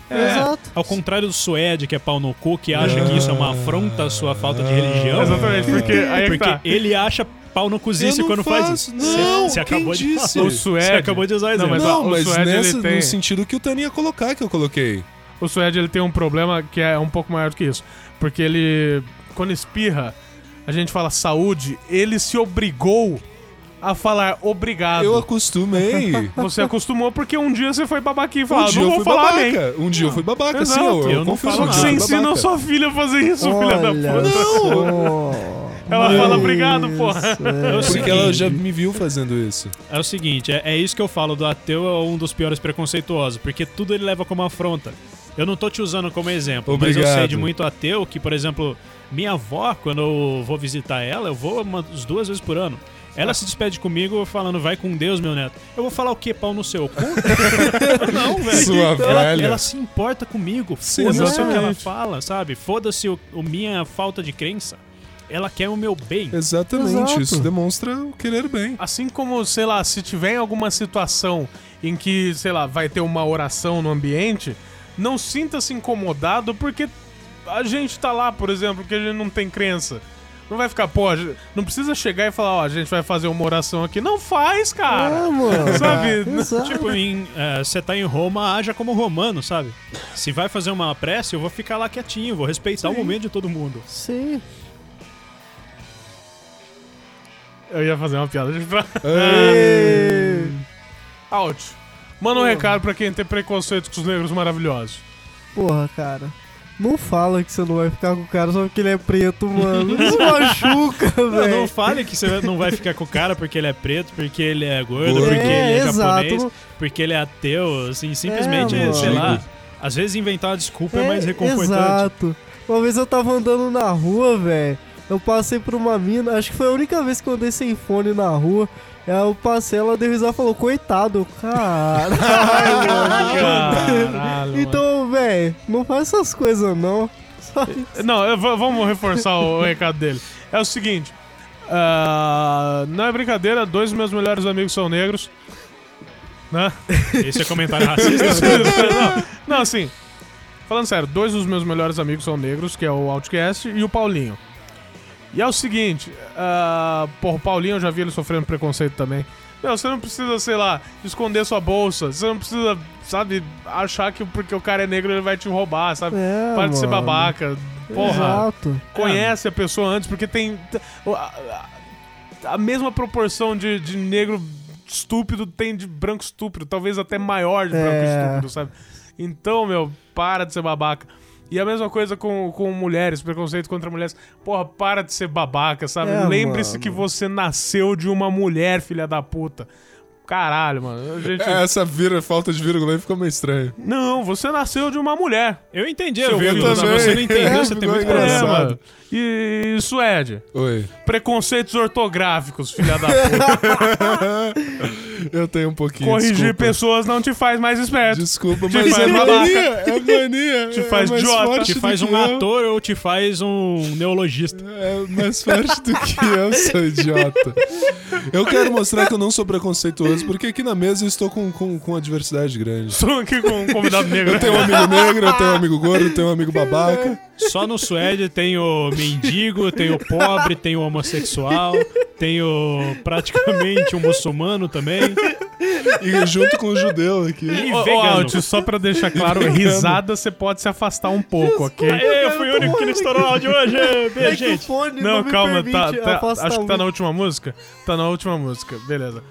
Exato. Ao contrário do Suede, que é pau no cu, que acha que isso é uma afronta à sua falta de religião. Exatamente, porque aí é que Porque tá. ele acha pau no cuzice Eu não quando faz faço. isso. Não, Você quem acabou de disse? falar. O Suede... Você acabou de usar Não, exemplo. mas Não, o mas Suede, ele nessa, tem... no sentido que o Tan ia colocar, que eu coloquei. O Suede, ele tem um problema que é um pouco maior do que isso. Porque ele, quando espirra, a gente fala saúde, ele se obrigou a falar obrigado. Eu acostumei. Você acostumou porque um dia você foi babaquinha e falou, Um dia não eu vou fui falar babaca. amém. Um dia eu fui babaca, Exato. sim. Eu Eu não confesso, falo um Você dia eu fui ensina babaca. sua filha a fazer isso, filha da Olha puta. só. Ela fala obrigado, porra. É o Porque seguinte, ela já me viu fazendo isso. É o seguinte, é isso que eu falo do ateu, é um dos piores preconceituosos, porque tudo ele leva como afronta. Eu não tô te usando como exemplo, mas eu Obrigado. sei de muito ateu que, por exemplo, minha avó, quando eu vou visitar ela, eu vou umas 2 vezes por ano. Ela se despede comigo falando, vai com Deus, meu neto. Eu vou falar o quê? Pau no seu cu? Não, velho. Sua velha. Ela se importa comigo. Sim, Foda-se o que exatamente. ela fala, sabe? Foda-se o minha falta de crença. Ela quer o meu bem. Exatamente, Exato. isso demonstra o querer bem. Assim como, sei lá, se tiver em alguma situação em que, sei lá, vai ter uma oração no ambiente, não sinta-se incomodado porque a gente tá lá, por exemplo, que a gente não tem crença. Não vai ficar, pô, não precisa chegar e falar, ó, a gente vai fazer uma oração aqui. Não faz, cara. É, mano. Sabe? Exato. Tipo, você tá em Roma, haja como romano, sabe? Se vai fazer uma prece, eu vou ficar lá quietinho, vou respeitar o momento de todo mundo. Sim. Eu ia fazer uma piada de Ê. Out. Manda um recado pra quem tem preconceito com os negros maravilhosos. Porra, cara. Não fala que você não vai ficar com o cara só porque ele é preto, mano. Isso machuca, Não velho. fale que você não vai ficar com o cara porque ele é preto, porque ele é gordo, Gordo. porque ele é exato. japonês, porque ele é ateu, assim, simplesmente, mano. sei lá. Às vezes inventar uma desculpa é mais reconfortante. Exato. Uma vez eu tava andando na rua, velho. Eu passei por uma mina, acho que foi a única vez que eu andei sem fone na rua. Aí eu passei, ela deu risada e falou, coitado, caralho. Caralho. Então, velho, não faz essas coisas não. Só isso. Não, vamos reforçar o recado dele. É o seguinte. Não é brincadeira, 2 dos meus melhores amigos são negros. Né? Esse é comentário racista. Não, assim. Falando sério, 2 dos meus melhores amigos são negros, que é o Outcast e o Paulinho. E é o seguinte, porra, o Paulinho eu já vi ele sofrendo preconceito também. Meu, você não precisa, sei lá, esconder sua bolsa. Você não precisa, sabe, achar que porque o cara é negro ele vai te roubar, sabe? É, Para de ser mano. babaca. Porra, Exato. conhece a pessoa antes, porque tem a mesma proporção de negro estúpido tem de branco estúpido, talvez até maior de branco É. estúpido, sabe? Então, meu, para de ser babaca. E a mesma coisa com mulheres, preconceito contra mulheres. Porra, para de ser babaca, sabe? É, Lembre-se mano. que você nasceu de uma mulher, filha da puta. Caralho, mano. A gente... Essa falta de vírgula aí ficou meio estranho. Não, você nasceu de uma mulher. Eu entendi a Seu vírgula, se também. você não entendeu, É, você tem ficou muito engraçado. problema. mano. E Suede, Oi. preconceitos ortográficos, filha da puta. Eu tenho um pouquinho. Corrigir desculpa. pessoas não te faz mais esperto. Desculpa, Te mas faz é babaca. mania. É mania. Te É faz mais idiota. forte Te do faz que um eu. ator ou te faz um neologista. É mais forte do que eu, sou idiota. Eu quero mostrar que eu não sou preconceituoso, porque aqui na mesa eu estou com a diversidade grande. Estou aqui com um convidado negro. Eu tenho um amigo negro, eu tenho um amigo gordo, eu tenho um amigo babaca. Só no Suede tem o mendigo, tem o pobre, tem o homossexual, tem o praticamente um muçulmano também. E junto com o judeu aqui. E Ô, vegano. Alt, só pra deixar claro, risada você pode se afastar um pouco, ok? Aê, eu fui o único que não estourou o áudio hoje. Beijo, gente. Fone Não, me calma, permite afastar acho que tá um. na última música. Tá na última música, beleza.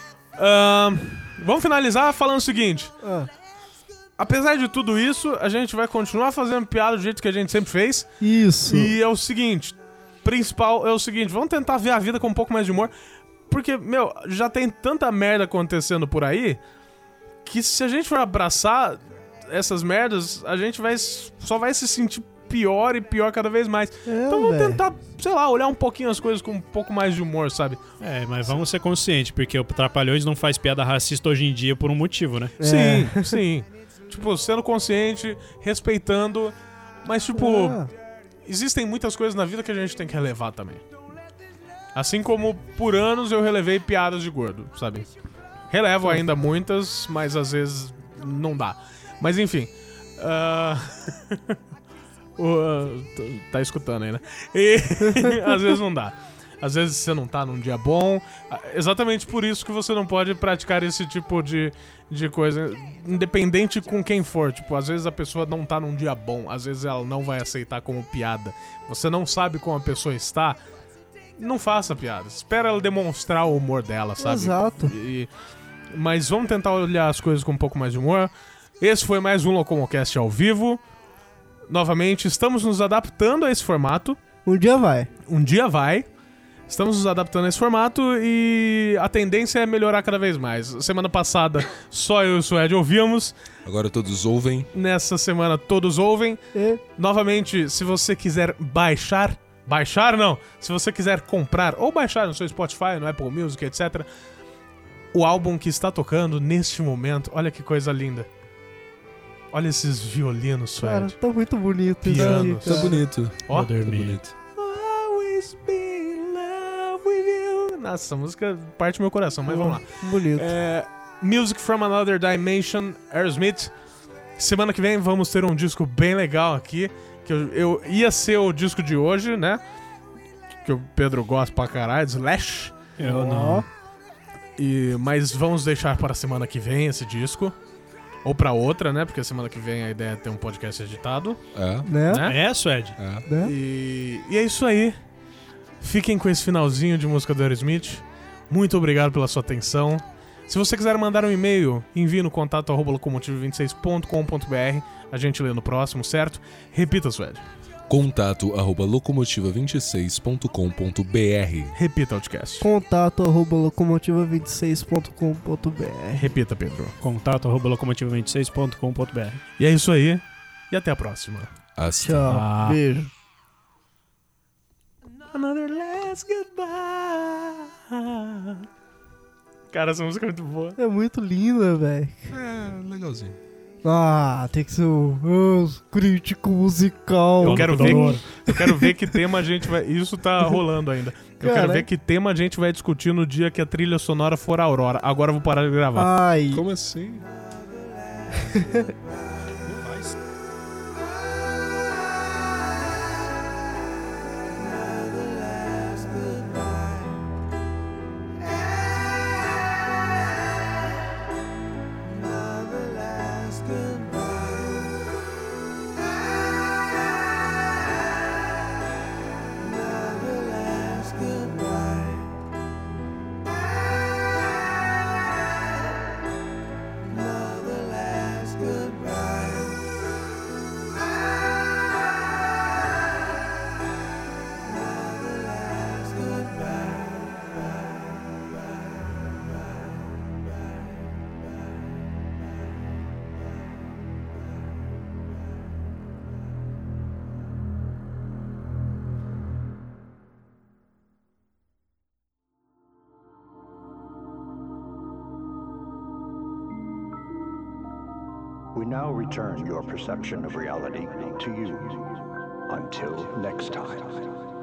Vamos finalizar falando o seguinte. Ah, Apesar de tudo isso, a gente vai continuar fazendo piada do jeito que a gente sempre fez. isso. E é o seguinte, principal é o seguinte, vamos tentar ver a vida com um pouco mais de humor, porque, meu, já tem tanta merda acontecendo por aí, que se a gente for abraçar essas merdas, a gente só vai se sentir pior e pior cada vez mais. Então vamos velho. tentar, sei lá, olhar um pouquinho as coisas com um pouco mais de humor, sabe? É, mas vamos ser conscientes, porque o Trapalhões não faz piada racista hoje em dia por um motivo, né? Sim, sim. Tipo, sendo consciente, respeitando, mas tipo... Ah, Existem muitas coisas na vida que a gente tem que relevar também. Assim como por anos eu relevei piadas de gordo, sabe? Relevo ainda muitas, mas às vezes não dá. Mas enfim, Tá escutando aí, né? E às vezes não dá. Às vezes você não tá num dia bom. Exatamente por isso que você não pode praticar esse tipo de coisa. Independente com quem for. Tipo, às vezes a pessoa não tá num dia bom. Às vezes ela não vai aceitar como piada. Você não sabe como a pessoa está. Não faça piada. Espera ela demonstrar o humor dela, sabe? Exato. Mas vamos tentar olhar as coisas com um pouco mais de humor. Esse foi mais um Locomocast ao vivo. Novamente, estamos nos adaptando a esse formato. Um dia vai. Um dia vai. Estamos nos adaptando a esse formato e a tendência é melhorar cada vez mais. Semana passada, só eu e o Suede ouvimos. Agora todos ouvem. Nessa semana, todos ouvem. Novamente, se você quiser baixar... Baixar, não. Se você quiser comprar ou baixar no seu Spotify, no Apple Music, etc. O álbum que está tocando neste momento. Olha que coisa linda. Olha esses violinos, Cara, Suede. tá muito bonito isso aí, Pianos. Tá cara. bonito. Ó. Tá bonito. Always be in love with you. Nossa, essa música parte do meu coração, mas vamos lá. Bonito. Music from Another Dimension, Aerosmith. Semana que vem vamos ter um disco bem legal aqui, que eu ia ser o disco de hoje, né? Que o Pedro gosta pra caralho, Slash. Eu não. Mas vamos deixar para a semana que vem esse disco. Ou pra outra, né? Porque semana que vem a ideia é ter um podcast editado. Né? Né? É, Suede? Né? E é isso aí. Fiquem com esse finalzinho de música do Aerosmith. Muito obrigado pela sua atenção. Se você quiser mandar um e-mail, envie no contato @locomotiva26.com.br. A gente lê no próximo, certo? Repita, Suede. contato@locomotiva26.com.br. Repita, Outcast. contato@locomotiva26.com.br. Repita, Pedro. contato@locomotiva26.com.br. E é isso aí. E até a próxima. Hasta. Tchau. Beijo. Another last goodbye. Cara, essa música é muito boa. É muito linda, velho. É, legalzinho. Ah, tem que ser o crítico musical. Eu quero ver que tema a gente vai... Isso tá rolando ainda. Eu quero ver que tema a gente vai discutir no dia que a trilha sonora for a Aurora. Agora eu vou parar de gravar. Ai. Como assim? We now return your perception of reality to you. Until next time.